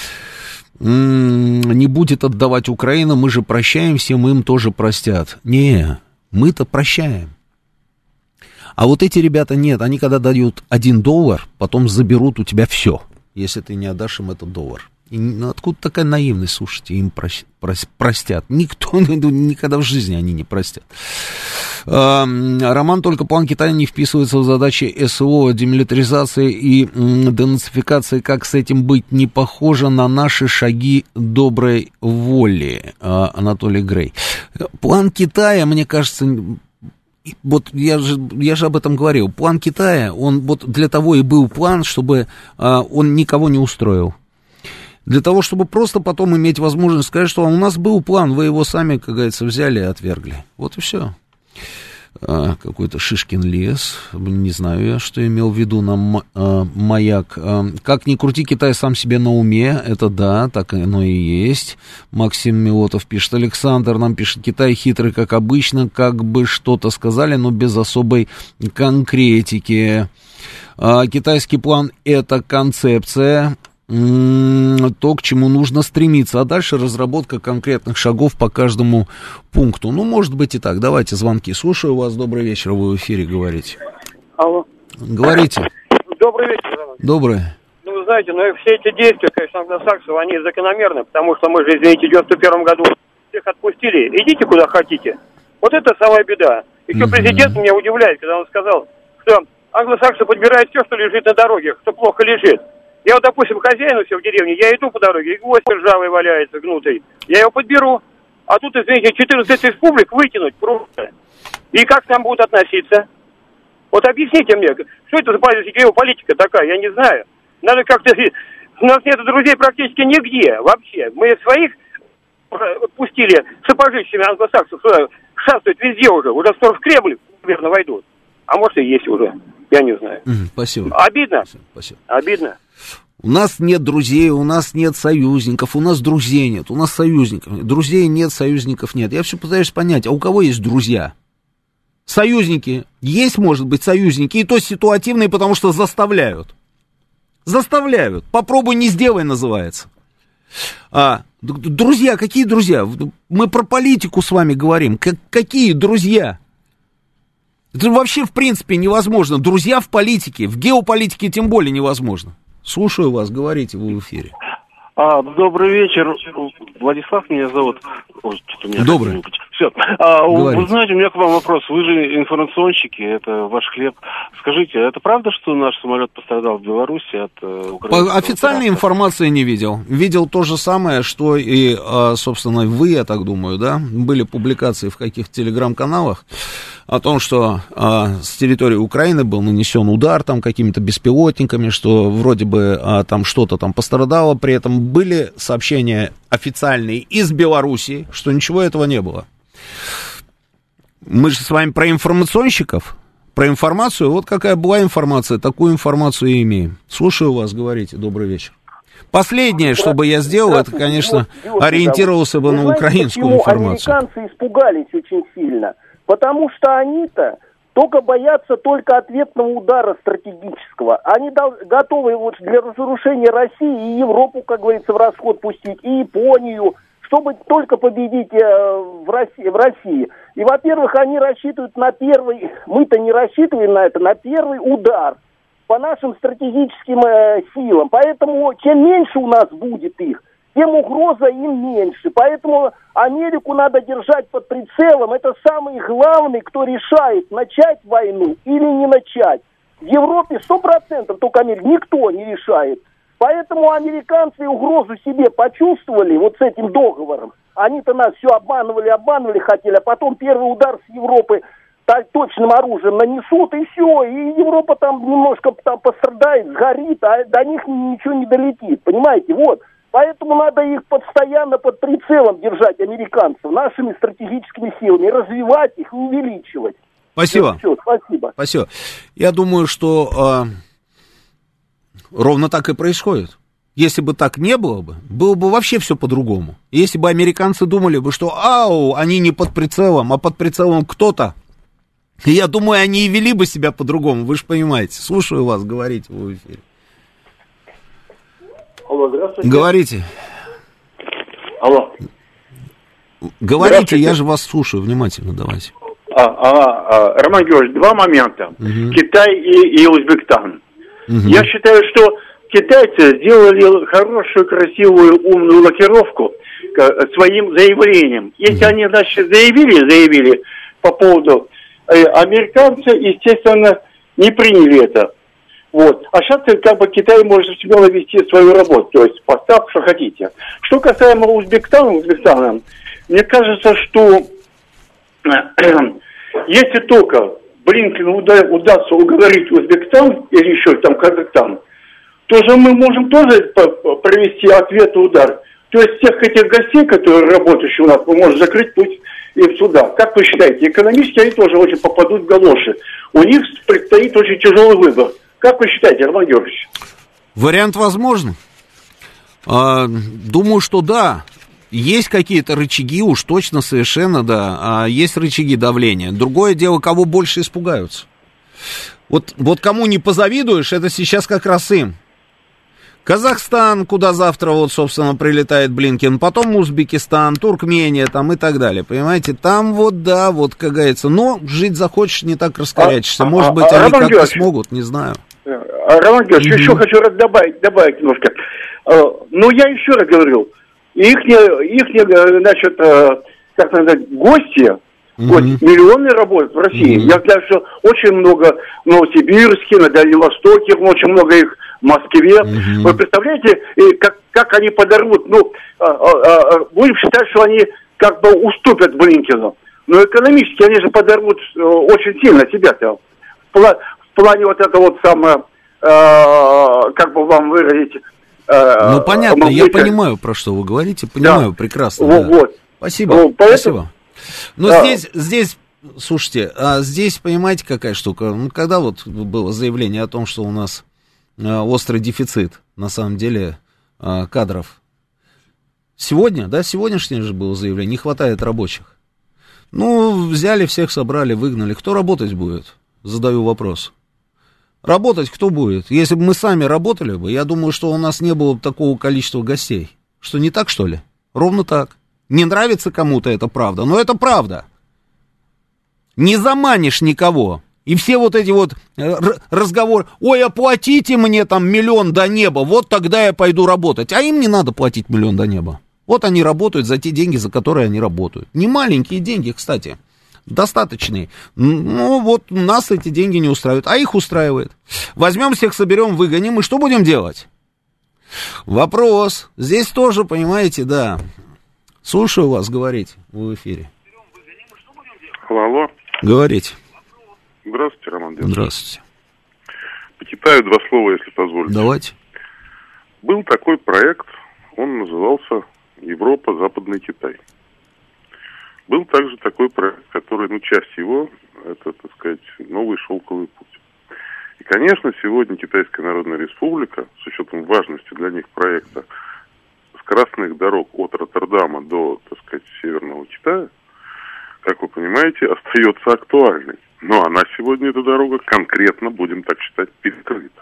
Не будет отдавать Украину, мы же прощаем, всем им тоже простят. Не, мы-то прощаем. А вот эти ребята нет, они когда дают $1, потом заберут у тебя все, если ты не отдашь им этот доллар. И откуда такая наивность, слушайте, им простят. Никто никогда в жизни они не простят. Роман, только план Китая не вписывается в задачи СВО, демилитаризации и денацификации. Как с этим быть? Не похоже на наши шаги доброй воли. Анатолий Грей. План Китая, мне кажется... Вот я же об этом говорил. План Китая, он вот для того и был план, чтобы он никого не устроил. Для того, чтобы просто потом иметь возможность сказать, что у нас был план, вы его сами, как говорится, взяли и отвергли. Вот и все. Какой-то Шишкин лес. Не знаю я, что имел в виду нам Маяк. Как ни крути, Китай сам себе на уме. Это да, так оно и есть. Максим Милотов пишет. Александр нам пишет: Китай хитрый, как обычно. Как бы что-то сказали, но без особой конкретики. Китайский план — это концепция. То, к чему нужно стремиться, а дальше разработка конкретных шагов по каждому пункту. Может быть и так. Давайте звонки. Слушаю вас. Добрый вечер. Вы в эфире говорите. Алло. Говорите. Добрый вечер. Добрый. Вы знаете, все эти действия, конечно, англосаксов, они закономерны, потому что мы же, извините, в 91 году всех отпустили. Идите куда хотите. Вот это самая беда. Еще президент меня удивляет, когда он сказал, что англосаксы подбирают все, что лежит на дороге, что плохо лежит. Я вот, допустим, хозяин у себя в деревне, я иду по дороге, и гвоздь ржавый валяется, гнутый. Я его подберу. А тут, извините, 14 республик выкинуть просто. И как к нам будут относиться? Вот объясните мне, что это за политика такая, я не знаю. Надо как-то У нас нет друзей практически нигде вообще. Мы своих пустили сапожищами англосаксов сюда, шастают везде уже. Уже скоро в Кремль, наверное, войдут. А может и есть уже, я не знаю. Спасибо. Обидно. Спасибо. Обидно. У нас нет друзей, у нас нет союзников, у нас друзей нет, у нас союзников нет. Друзей нет, союзников нет. Я все пытаюсь понять, а у кого есть друзья? Союзники. Есть, может быть, союзники, и то ситуативные, потому что заставляют. Заставляют. Попробуй, не сделай, называется. Друзья, какие друзья? Мы про политику с вами говорим. Какие друзья? Это вообще, в принципе, невозможно. Друзья в политике, в геополитике тем более невозможно. Слушаю вас, говорите, вы в эфире. Добрый вечер. Владислав меня зовут. Добрый. Все. Вы знаете, у меня к вам вопрос. Вы же информационщики, это ваш хлеб. Скажите, это правда, что наш самолет пострадал в Беларуси от украинского? Официальной информации не видел. Видел то же самое, что и, собственно, вы, я так думаю, да? Были публикации в каких-то телеграм-каналах о том, что с территории Украины был нанесен удар там какими-то беспилотниками, что вроде бы там что-то там пострадало. При этом были сообщения официальные из Белоруссии, что ничего этого не было. Мы же с вами про информационщиков, про информацию. Вот какая была информация, такую информацию и имеем. Слушаю вас, говорите. Добрый вечер. Последнее, что бы я сделал, это, конечно, ориентировался бы на украинскую информацию. Американцы испугались очень сильно, потому что они-то только боятся только ответного удара стратегического. Они готовы вот для разрушения России и Европу, как говорится, в расход пустить, и Японию, чтобы только победить в России. И, во-первых, они рассчитывают на первый, мы-то не рассчитываем на это, на первый удар по нашим стратегическим силам. Поэтому чем меньше у нас будет их, тем угроза им меньше. Поэтому Америку надо держать под прицелом. Это самый главный, кто решает, начать войну или не начать. В Европе 100% только Америка, никто не решает. Поэтому американцы угрозу себе почувствовали вот с этим договором. Они-то нас все обманывали, хотели, а потом первый удар с Европы точным оружием нанесут, и все, и Европа там немножко там пострадает, сгорит, а до них ничего не долетит, понимаете, вот. Поэтому надо их постоянно под прицелом держать, американцев, нашими стратегическими силами, развивать их и увеличивать. Спасибо. Все, спасибо. Спасибо. Я думаю, что ровно так и происходит. Если бы так не было бы вообще все по-другому. Если бы американцы думали бы, что они не под прицелом, а под прицелом кто-то, я думаю, они и вели бы себя по-другому, вы же понимаете. Слушаю вас, говорите в эфире. Алло, здравствуйте. Говорите. Алло. Говорите, я же вас слушаю внимательно, давайте. Роман Георгиевич, два момента. Китай и Узбекистан. Я считаю, что китайцы сделали хорошую, красивую, умную лакировку своим заявлением. Если они, значит, заявили по поводу... Американцы, естественно, не приняли это. Вот. А сейчас как бы Китай может смело вести свою работу, то есть поставку, что хотите. Что касаемо Узбекистана, мне кажется, что если только Блинкену удастся уговорить Узбекистан или еще там Казахстан, то же мы можем тоже провести ответный удар. То есть всех этих гостей, которые работающие у нас, мы можем закрыть путь им сюда. Как вы считаете, экономически они тоже очень попадут в галоши. У них предстоит очень тяжелый выбор. Как вы считаете, Роман Георгиевич? Вариант возможен. Думаю, что да. Есть какие-то рычаги, уж точно, совершенно, да. Есть рычаги давления. Другое дело, кого больше испугаются. Вот кому не позавидуешь, это сейчас как раз им. Казахстан, куда завтра, вот, собственно, прилетает Блинкен, потом Узбекистан, Туркмения, там и так далее, понимаете? Там вот, да, вот, как говорится, но жить захочешь, не так раскорячишься. Может быть, они как-то смогут, не знаю. Роман Георгиевич, еще хочу добавить немножко. Ну, я еще раз говорю, их значит, как сказать, гости, миллионы работают в России. Я знаю, что очень много в Новосибирске, на Дальнем Востоке, очень много их в Москве. Вы представляете, как они подорвут? Ну, будем считать, что они как бы уступят Блинкену. Но экономически они же подорвут очень сильно себя-то. В плане вот это вот самое, как бы вам выразить, Ну, понятно, я понимаю, про что вы говорите, понимаю прекрасно. Вот. Спасибо, спасибо. Но здесь, слушайте, здесь, понимаете, какая штука? Ну, когда вот было заявление о том, что у нас острый дефицит, на самом деле, кадров. Сегодня, да, сегодняшнее же было заявление, не хватает рабочих. Ну, взяли всех, собрали, выгнали. Кто работать будет? Задаю вопрос. Работать кто будет? Если бы мы сами работали бы, я думаю, что у нас не было бы такого количества гостей. Что, не так, что ли? Ровно так. Не нравится кому-то, это правда, но это правда. Не заманишь никого. И все вот эти вот разговоры, ой, оплатите мне там 1 миллион до неба, вот тогда я пойду работать. А им не надо платить 1 миллион до неба. Вот они работают за те деньги, за которые они работают. Не маленькие деньги, кстати, достаточные. Ну вот нас эти деньги не устраивают, а их устраивает. Возьмем всех, соберем, выгоним, и что будем делать? Вопрос. Здесь тоже, понимаете, да. Слушаю вас, говорите, в эфире. Алло. Говорите. Здравствуйте, Роман Дмитриевич. Здравствуйте. По Китаю 2 слова, если позволите. Давайте. Был такой проект, он назывался «Европа, Западный Китай». Был также такой проект, который, часть его, это, так сказать, новый шелковый путь. И, конечно, сегодня Китайская Народная Республика, с учетом важности для них проекта, скоростных дорог от Роттердама до, так сказать, Северного Китая, как вы понимаете, остается актуальной. Но она сегодня, эта дорога, конкретно, будем так считать, перекрыта.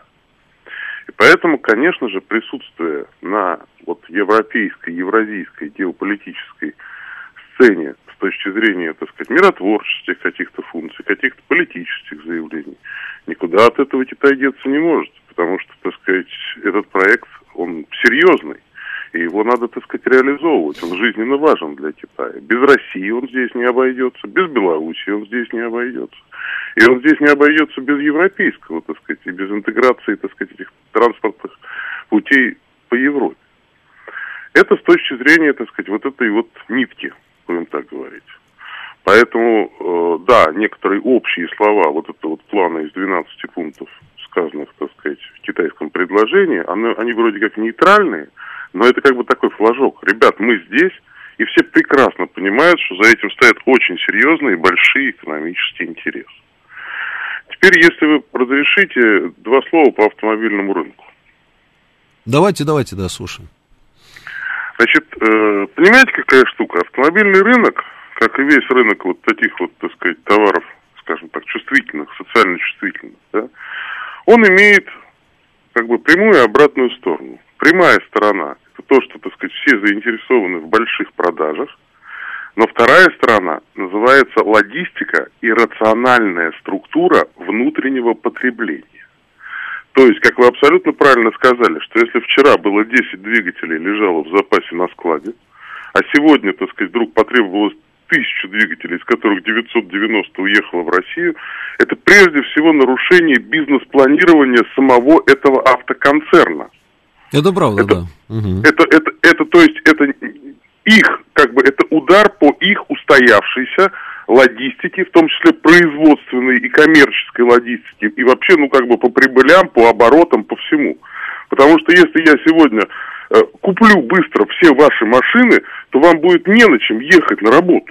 И поэтому, конечно же, присутствие на европейской, евразийской геополитической сцене с точки зрения, так сказать, миротворческих каких-то функций, каких-то политических заявлений, никуда от этого Китай деться не может. Потому что, так сказать, этот проект, он серьезный. И его надо, так сказать, реализовывать. Он жизненно важен для Китая. Без России он здесь не обойдется, без Белоруссии он здесь не обойдется. И он здесь не обойдется без европейского, так сказать, и без интеграции, так сказать, этих транспортных путей по Европе. Это с точки зрения, так сказать, вот этой вот нитки, будем так говорить. Поэтому, да, некоторые общие слова, вот это вот плана из 12 пунктов, сказанных, так сказать, в китайском предложении, они вроде как нейтральные, но это как бы такой флажок. Ребят, мы здесь, и все прекрасно понимают, что за этим стоят очень серьезные и большие экономические интересы. Теперь, если вы разрешите, 2 слова по автомобильному рынку. Давайте, да, слушаем. Значит, понимаете, какая штука? Автомобильный рынок, как и весь рынок вот таких вот, так сказать, товаров, скажем так, чувствительных, социально чувствительных, да, он имеет как бы прямую и обратную сторону. Прямая сторона – это то, что, так сказать, все заинтересованы в больших продажах, но вторая сторона называется логистика и рациональная структура внутреннего потребления. То есть, как вы абсолютно правильно сказали, что если вчера было 10 двигателей лежало в запасе на складе, а сегодня, так сказать, вдруг потребовалось 1000 двигателей, из которых 990 уехало в Россию, это прежде всего нарушение бизнес-планирования самого этого автоконцерна. Это правда, да. То есть, это их, как бы, это удар по их устоявшейся логистике, в том числе производственной и коммерческой логистике, и вообще, как бы, по прибылям, по оборотам, по всему. Потому что если я сегодня куплю быстро все ваши машины, то вам будет не на чем ехать на работу.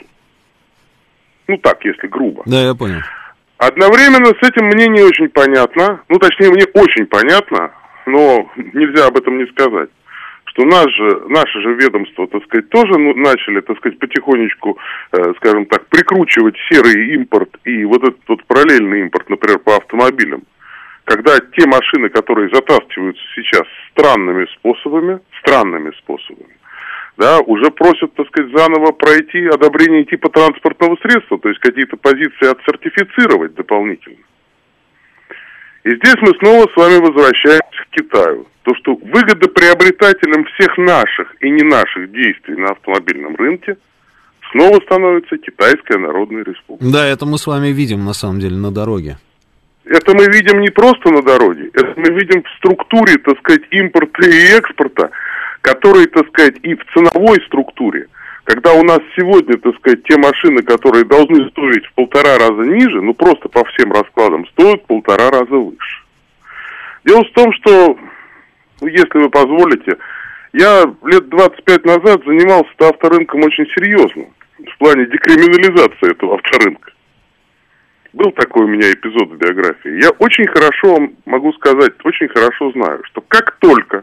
Так, если грубо. Да, я понял. Одновременно с этим мне не очень понятно, точнее, мне очень понятно, но нельзя об этом не сказать, что наше же ведомство, так сказать, тоже начали, так сказать, потихонечку, скажем так, прикручивать серый импорт и вот этот вот параллельный импорт, например, по автомобилям. Когда те машины, которые затаскиваются сейчас странными способами, да, уже просят, так сказать, заново пройти одобрение типа транспортного средства, то есть какие-то позиции отсертифицировать дополнительно. И здесь мы снова с вами возвращаемся к Китаю. То, что выгодоприобретателем всех наших и не наших действий на автомобильном рынке снова становится Китайская Народная Республика. Да, это мы с вами видим, на самом деле, на дороге. Это мы видим не просто на дороге, это мы видим в структуре, так сказать, импорта и экспорта, который, так сказать, и в ценовой структуре. Когда у нас сегодня, так сказать, те машины, которые должны стоить в 1,5 раза ниже, просто по всем раскладам, стоят в 1,5 раза выше. Дело в том, что ну, если вы позволите, я лет 25 назад занимался авторынком очень серьезно, в плане декриминализации этого авторынка. Был такой у меня эпизод в биографии. Я очень хорошо, могу сказать, очень хорошо знаю, что как только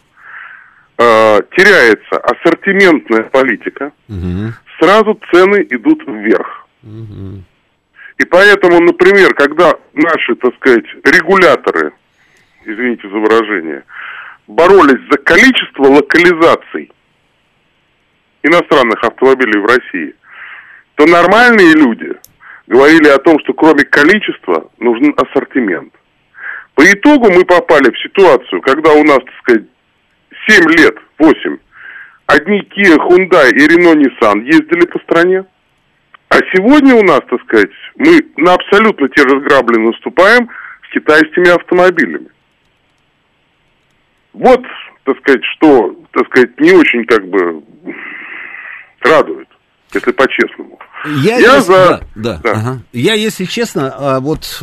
теряется ассортиментная политика, сразу цены идут вверх. И поэтому, например, когда наши, так сказать, регуляторы, извините за выражение, боролись за количество локализаций иностранных автомобилей в России, то нормальные люди говорили о том, что кроме количества нужен ассортимент. По итогу мы попали в ситуацию, когда у нас, так сказать, 7 лет, 8, одни Kia, Hyundai и Renault, Nissan ездили по стране, а сегодня у нас, так сказать, мы на абсолютно те же грабли наступаем с китайскими автомобилями. Вот, так сказать, что, так сказать, не очень как бы радует, если по-честному. Я, если честно,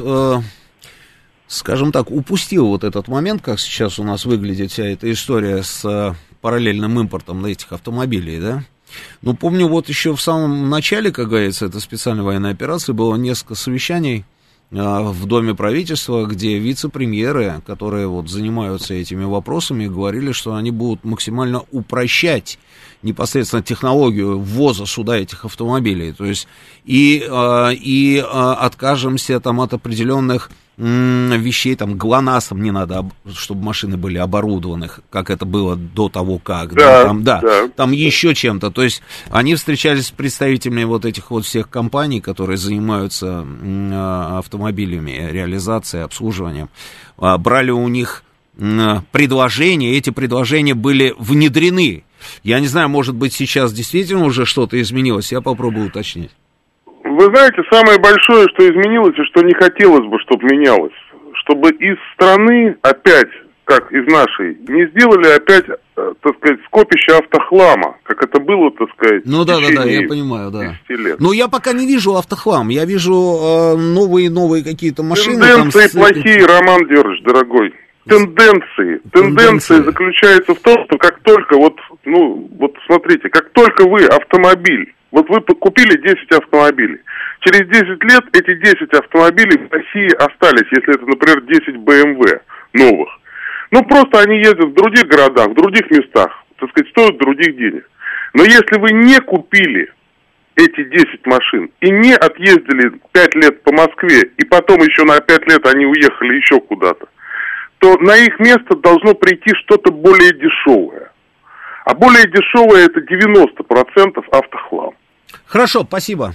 скажем так, упустил вот этот момент, как сейчас у нас выглядит вся эта история с параллельным импортом этих автомобилей, да? Ну, помню, вот еще в самом начале, как говорится, этой специальной военной операции было несколько совещаний в Доме правительства, где вице-премьеры, которые вот занимаются этими вопросами, говорили, что они будут максимально упрощать непосредственно технологию ввоза сюда этих автомобилей, то есть и откажемся там от определенных вещей, там, ГЛОНАССом не надо, чтобы машины были оборудованы, как это было до того, как. Там еще чем-то. То есть они встречались с представителями вот этих вот всех компаний, которые занимаются автомобилями, реализацией, обслуживанием. Брали у них предложения, эти предложения были внедрены. Я не знаю, может быть, сейчас действительно уже что-то изменилось, я попробую уточнить. Вы знаете, самое большое, что изменилось, и что не хотелось бы, чтобы менялось, чтобы из страны опять, как из нашей, не сделали опять, так сказать, скопище автохлама, как это было, так сказать, в течение я понимаю, 10 лет. Но я пока не вижу автохлам, я вижу новые какие-то машины. Тенденции плохие, Роман Георгиевич, дорогой. Тенденция заключается в том, что как только, смотрите, как только вы автомобиль, вот вы купили 10 автомобилей, через 10 лет эти 10 автомобилей в России остались, если это, например, 10 BMW новых. Ну, просто они ездят в других городах, в других местах, так сказать, стоят других денег. Но если вы не купили эти 10 машин и не отъездили 5 лет по Москве, и потом еще на 5 лет они уехали еще куда-то, то на их место должно прийти что-то более дешевое. А более дешевое это 90% автохлам. Хорошо, спасибо.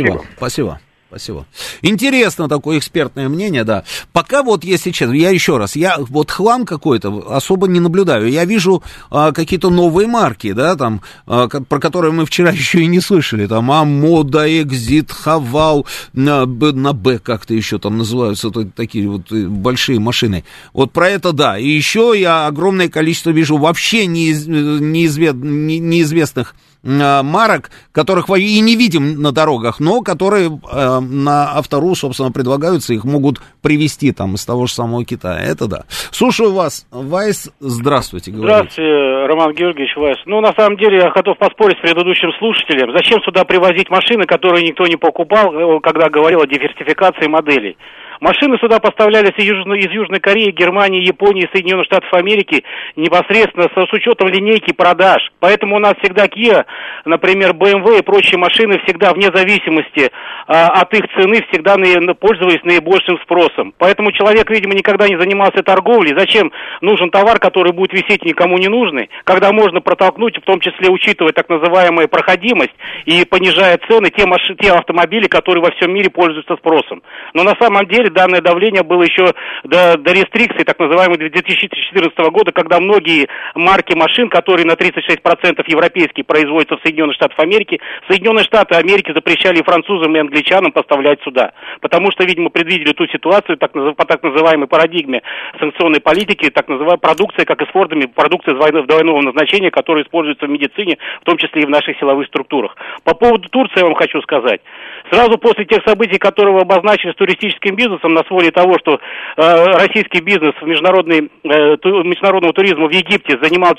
Интересно такое экспертное мнение, да. Пока вот, если честно, я вот хлам какой-то особо не наблюдаю. Я вижу какие-то новые марки, да, там, про которые мы вчера еще и не слышали. Там Амода, Экзит, Хавал, на Б как-то еще там называются такие вот большие машины. Вот про это да. И еще я огромное количество вижу вообще неизвестных марок, которых и не видим на дорогах, но которые на Автору, собственно, предлагаются, их могут привезти там из того же самого Китая. Это да. Слушаю вас, Вайс, здравствуйте. Здравствуйте, Роман Георгиевич, Вайс. Ну, на самом деле, я готов поспорить с предыдущим слушателем. Зачем сюда привозить машины, которые никто не покупал, когда говорил о диверсификации моделей? Машины сюда поставлялись из Южной Кореи, Германии, Японии, Соединенных Штатов Америки непосредственно с учетом линейки продаж. Поэтому у нас всегда Kia, например, BMW и прочие машины всегда вне зависимости от их цены всегда пользовались наибольшим спросом. Поэтому человек, видимо, никогда не занимался торговлей. Зачем нужен товар, который будет висеть никому не нужный, когда можно протолкнуть, в том числе учитывая так называемую проходимость и понижая цены, те автомобили, которые во всем мире пользуются спросом. Но на самом деле данное давление было еще до рестрикций, так называемой 2014 года, когда многие марки машин, которые на 36% европейские производятся в Соединенных Штатах Америки, Соединенные Штаты Америки запрещали и французам, и англичанам поставлять сюда. Потому что, видимо, предвидели ту ситуацию по так называемой парадигме санкционной политики, так называемая продукция, как и с Фордами, продукция двойного назначения, которая используется в медицине, в том числе и в наших силовых структурах. По поводу Турции я вам хочу сказать. Сразу после тех событий, которые вы обозначили с туристическим бизнесом, бизнесом на своре того, что российский бизнес в международного туризма в Египте занимал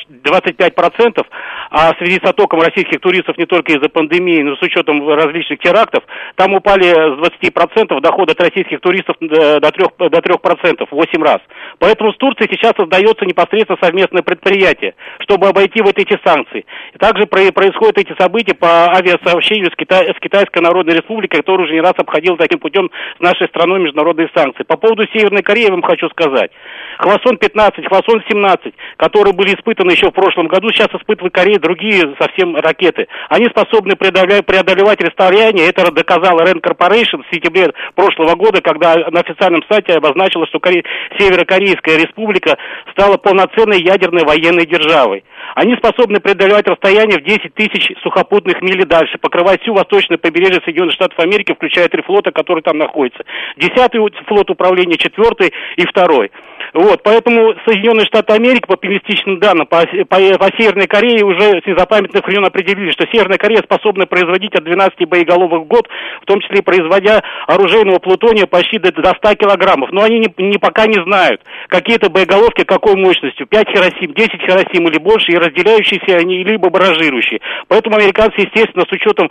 25%, а в связи с оттоком российских туристов не только из-за пандемии, но с учетом различных терактов, там упали с 20% доходы от российских туристов до 3%, в 8 раз. Поэтому с Турцией сейчас создается непосредственно совместное предприятие, чтобы обойти вот эти санкции. И также происходят эти события по авиасообщению с Китайской Народной Республикой, которая уже не раз обходила таким путем с нашей страной международные санкции. По поводу Северной Кореи я вам хочу сказать. Хвасон-15, Хвасон-17, которые были испытаны еще в прошлом году, сейчас испытывает Корея другие совсем ракеты. Они способны преодолевать расстояние. Это доказала Rand Corporation в сентябре прошлого года, когда на официальном сайте обозначила, что Северокорейская республика стала полноценной ядерной военной державой. Они способны преодолевать расстояние в 10 тысяч сухопутных миль и дальше, покрывать всю восточное побережье Соединенных Штатов Америки, включая 3 флота, которые там находятся. 10-й флот управления, 4-й и 2-й. Вот, поэтому Соединенные Штаты Америки, по оптимистичным данным, по Северной Корее уже с незапамятных времен определили, что Северная Корея способна производить от 12 боеголовок в год, в том числе производя оружейного плутония почти до 100 килограммов. Но они пока не знают, какие это боеголовки, какой мощностью, 5 Хиросим, 10 Хиросим или больше, и разделяющиеся они, либо баражирующие. Поэтому американцы, естественно, с учетом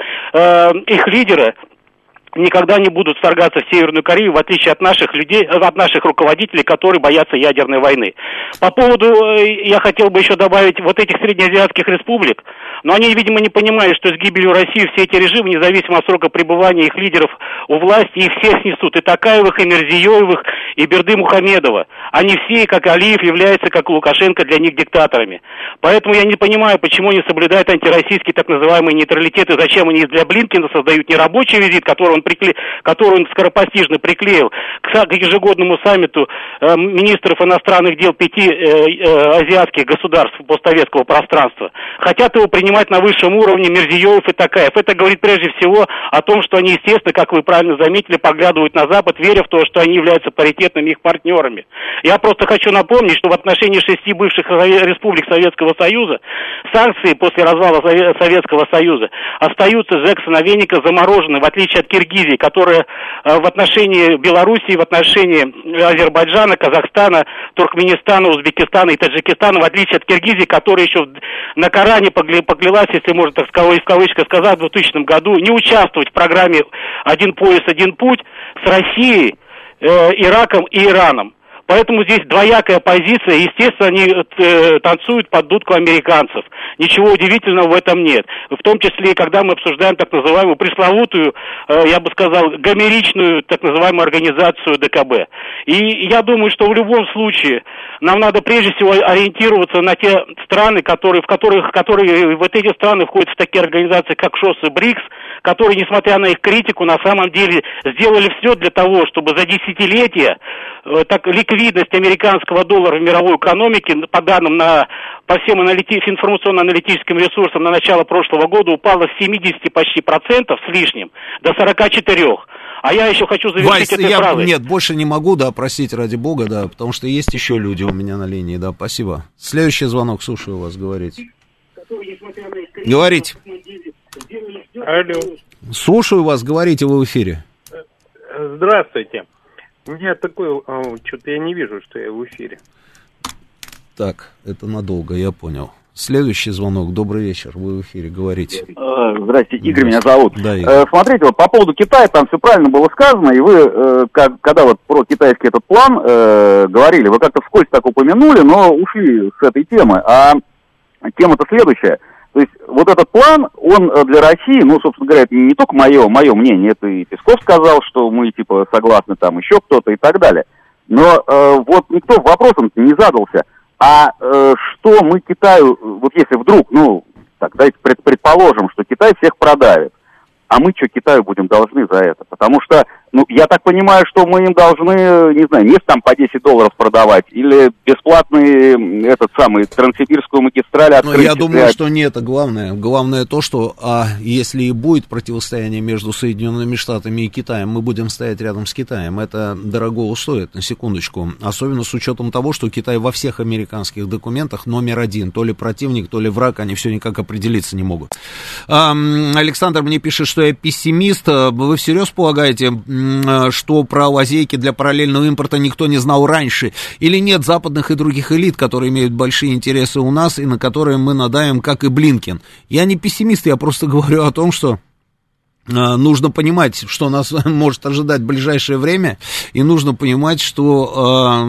их лидера, никогда не будут вторгаться в Северную Корею, в отличие от наших людей, от наших руководителей, которые боятся ядерной войны. По поводу, я хотел бы еще добавить, вот этих среднеазиатских республик, но они, видимо, не понимают, что с гибелью России все эти режимы, независимо от срока пребывания их лидеров у власти, их всех снесут, и Токаевых, и Мирзиёевых, и Бердымухамедова. Они все, как Алиев, являются, как Лукашенко, для них диктаторами. Поэтому я не понимаю, почему они соблюдают антироссийский так называемый нейтралитет, и зачем они для Блинкена создают нерабочий визит, который он скоропостижно приклеил к ежегодному саммиту министров иностранных дел 5 азиатских государств постсоветского пространства. Хотят его принимать на высшем уровне Мирзиёев и Токаев. Это говорит прежде всего о том, что они, естественно, как вы правильно заметили, поглядывают на Запад, веря в то, что они являются паритетными их партнерами. Я просто хочу напомнить, что в отношении 6 бывших республик Советского Союза санкции после развала Советского Союза остаются Жекса-Новенника заморожены, в отличие от Киргизии, которая в отношении Белоруссии, в отношении Азербайджана, Казахстана, Туркменистана, Узбекистана и Таджикистана, в отличие от Киргизии, которая еще на Коране поклялась, если можно так сказать, в кавычках сказать, в 2000 году не участвовать в программе «Один пояс, один путь» с Россией, Ираком и Ираном. Поэтому здесь двоякая позиция, естественно, они танцуют под дудку американцев. Ничего удивительного в этом нет. В том числе, когда мы обсуждаем так называемую пресловутую, я бы сказал, гомеричную так называемую организацию ДКБ. И я думаю, что в любом случае нам надо прежде всего ориентироваться на те страны, которые вот эти страны входят в такие организации, как ШОС и БРИКС, которые, несмотря на их критику, на самом деле сделали все для того, чтобы за десятилетия ликвидность американского доллара в мировой экономике, по данным по всем информационно-аналитическим ресурсам на начало прошлого года упала с 70 почти процентов с лишним до 44. А я еще хочу завершить этой фразой. Нет, больше не могу, простите, ради бога, потому что есть еще люди у меня на линии, спасибо. Следующий звонок, слушаю вас, говорите. Говорите. Алло. Слушаю вас, говорите, вы в эфире. Здравствуйте. У меня такое, что-то я не вижу, что я в эфире. Так, это надолго, я понял. Следующий звонок. Добрый вечер, вы в эфире, говорите. Здрасте, Игорь меня зовут. Да, Игорь. Смотрите, вот по поводу Китая, там все правильно было сказано, и вы, когда вот про китайский этот план говорили, вы как-то вскользь так упомянули, но ушли с этой темы. А тема-то следующая. То есть вот этот план, он для России, собственно говоря, это не только мое мнение, это и Песков сказал, что мы, согласны, там еще кто-то и так далее. Но вот никто вопросом не задался, а что мы Китаю, вот если вдруг, давайте предположим, что Китай всех продавит, а мы что Китаю будем должны за это? Потому что, я так понимаю, что мы им должны, не знаю, нефть там по $10 продавать, или бесплатный Транссибирскую магистраль открыть. Я думаю, что не это главное. Главное то, что если и будет противостояние между Соединенными Штатами и Китаем, мы будем стоять рядом с Китаем. Это дорого стоит, на секундочку. Особенно с учетом того, что Китай во всех американских документах номер один. То ли противник, то ли враг, они все никак определиться не могут. Александр мне пишет, что я пессимист. Вы всерьез полагаете, что про лазейки для параллельного импорта никто не знал раньше, или нет западных и других элит, которые имеют большие интересы у нас и на которые мы надаем, как и Блинкен. Я не пессимист, я просто говорю о том, что нужно понимать, что нас может ожидать в ближайшее время, и нужно понимать, что,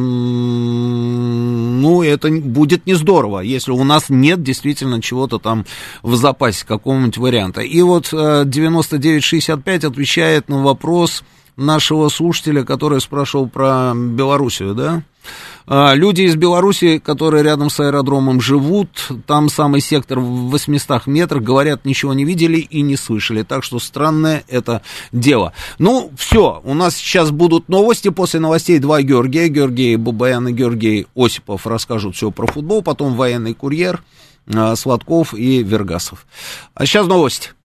это будет не здорово, если у нас нет действительно чего-то там в запасе, какого-нибудь варианта. И вот 9965 отвечает на вопрос нашего слушателя, который спрашивал про Белоруссию, да? Люди из Беларуси, которые рядом с аэродромом живут, там самый сектор в 800 метрах, говорят, ничего не видели и не слышали, так что странное это дело. Ну, все, у нас сейчас будут новости, после новостей два Георгия, Георгий Бабаян и Георгий Осипов расскажут все про футбол, потом военный курьер, Сладков и Вергасов. А сейчас новости.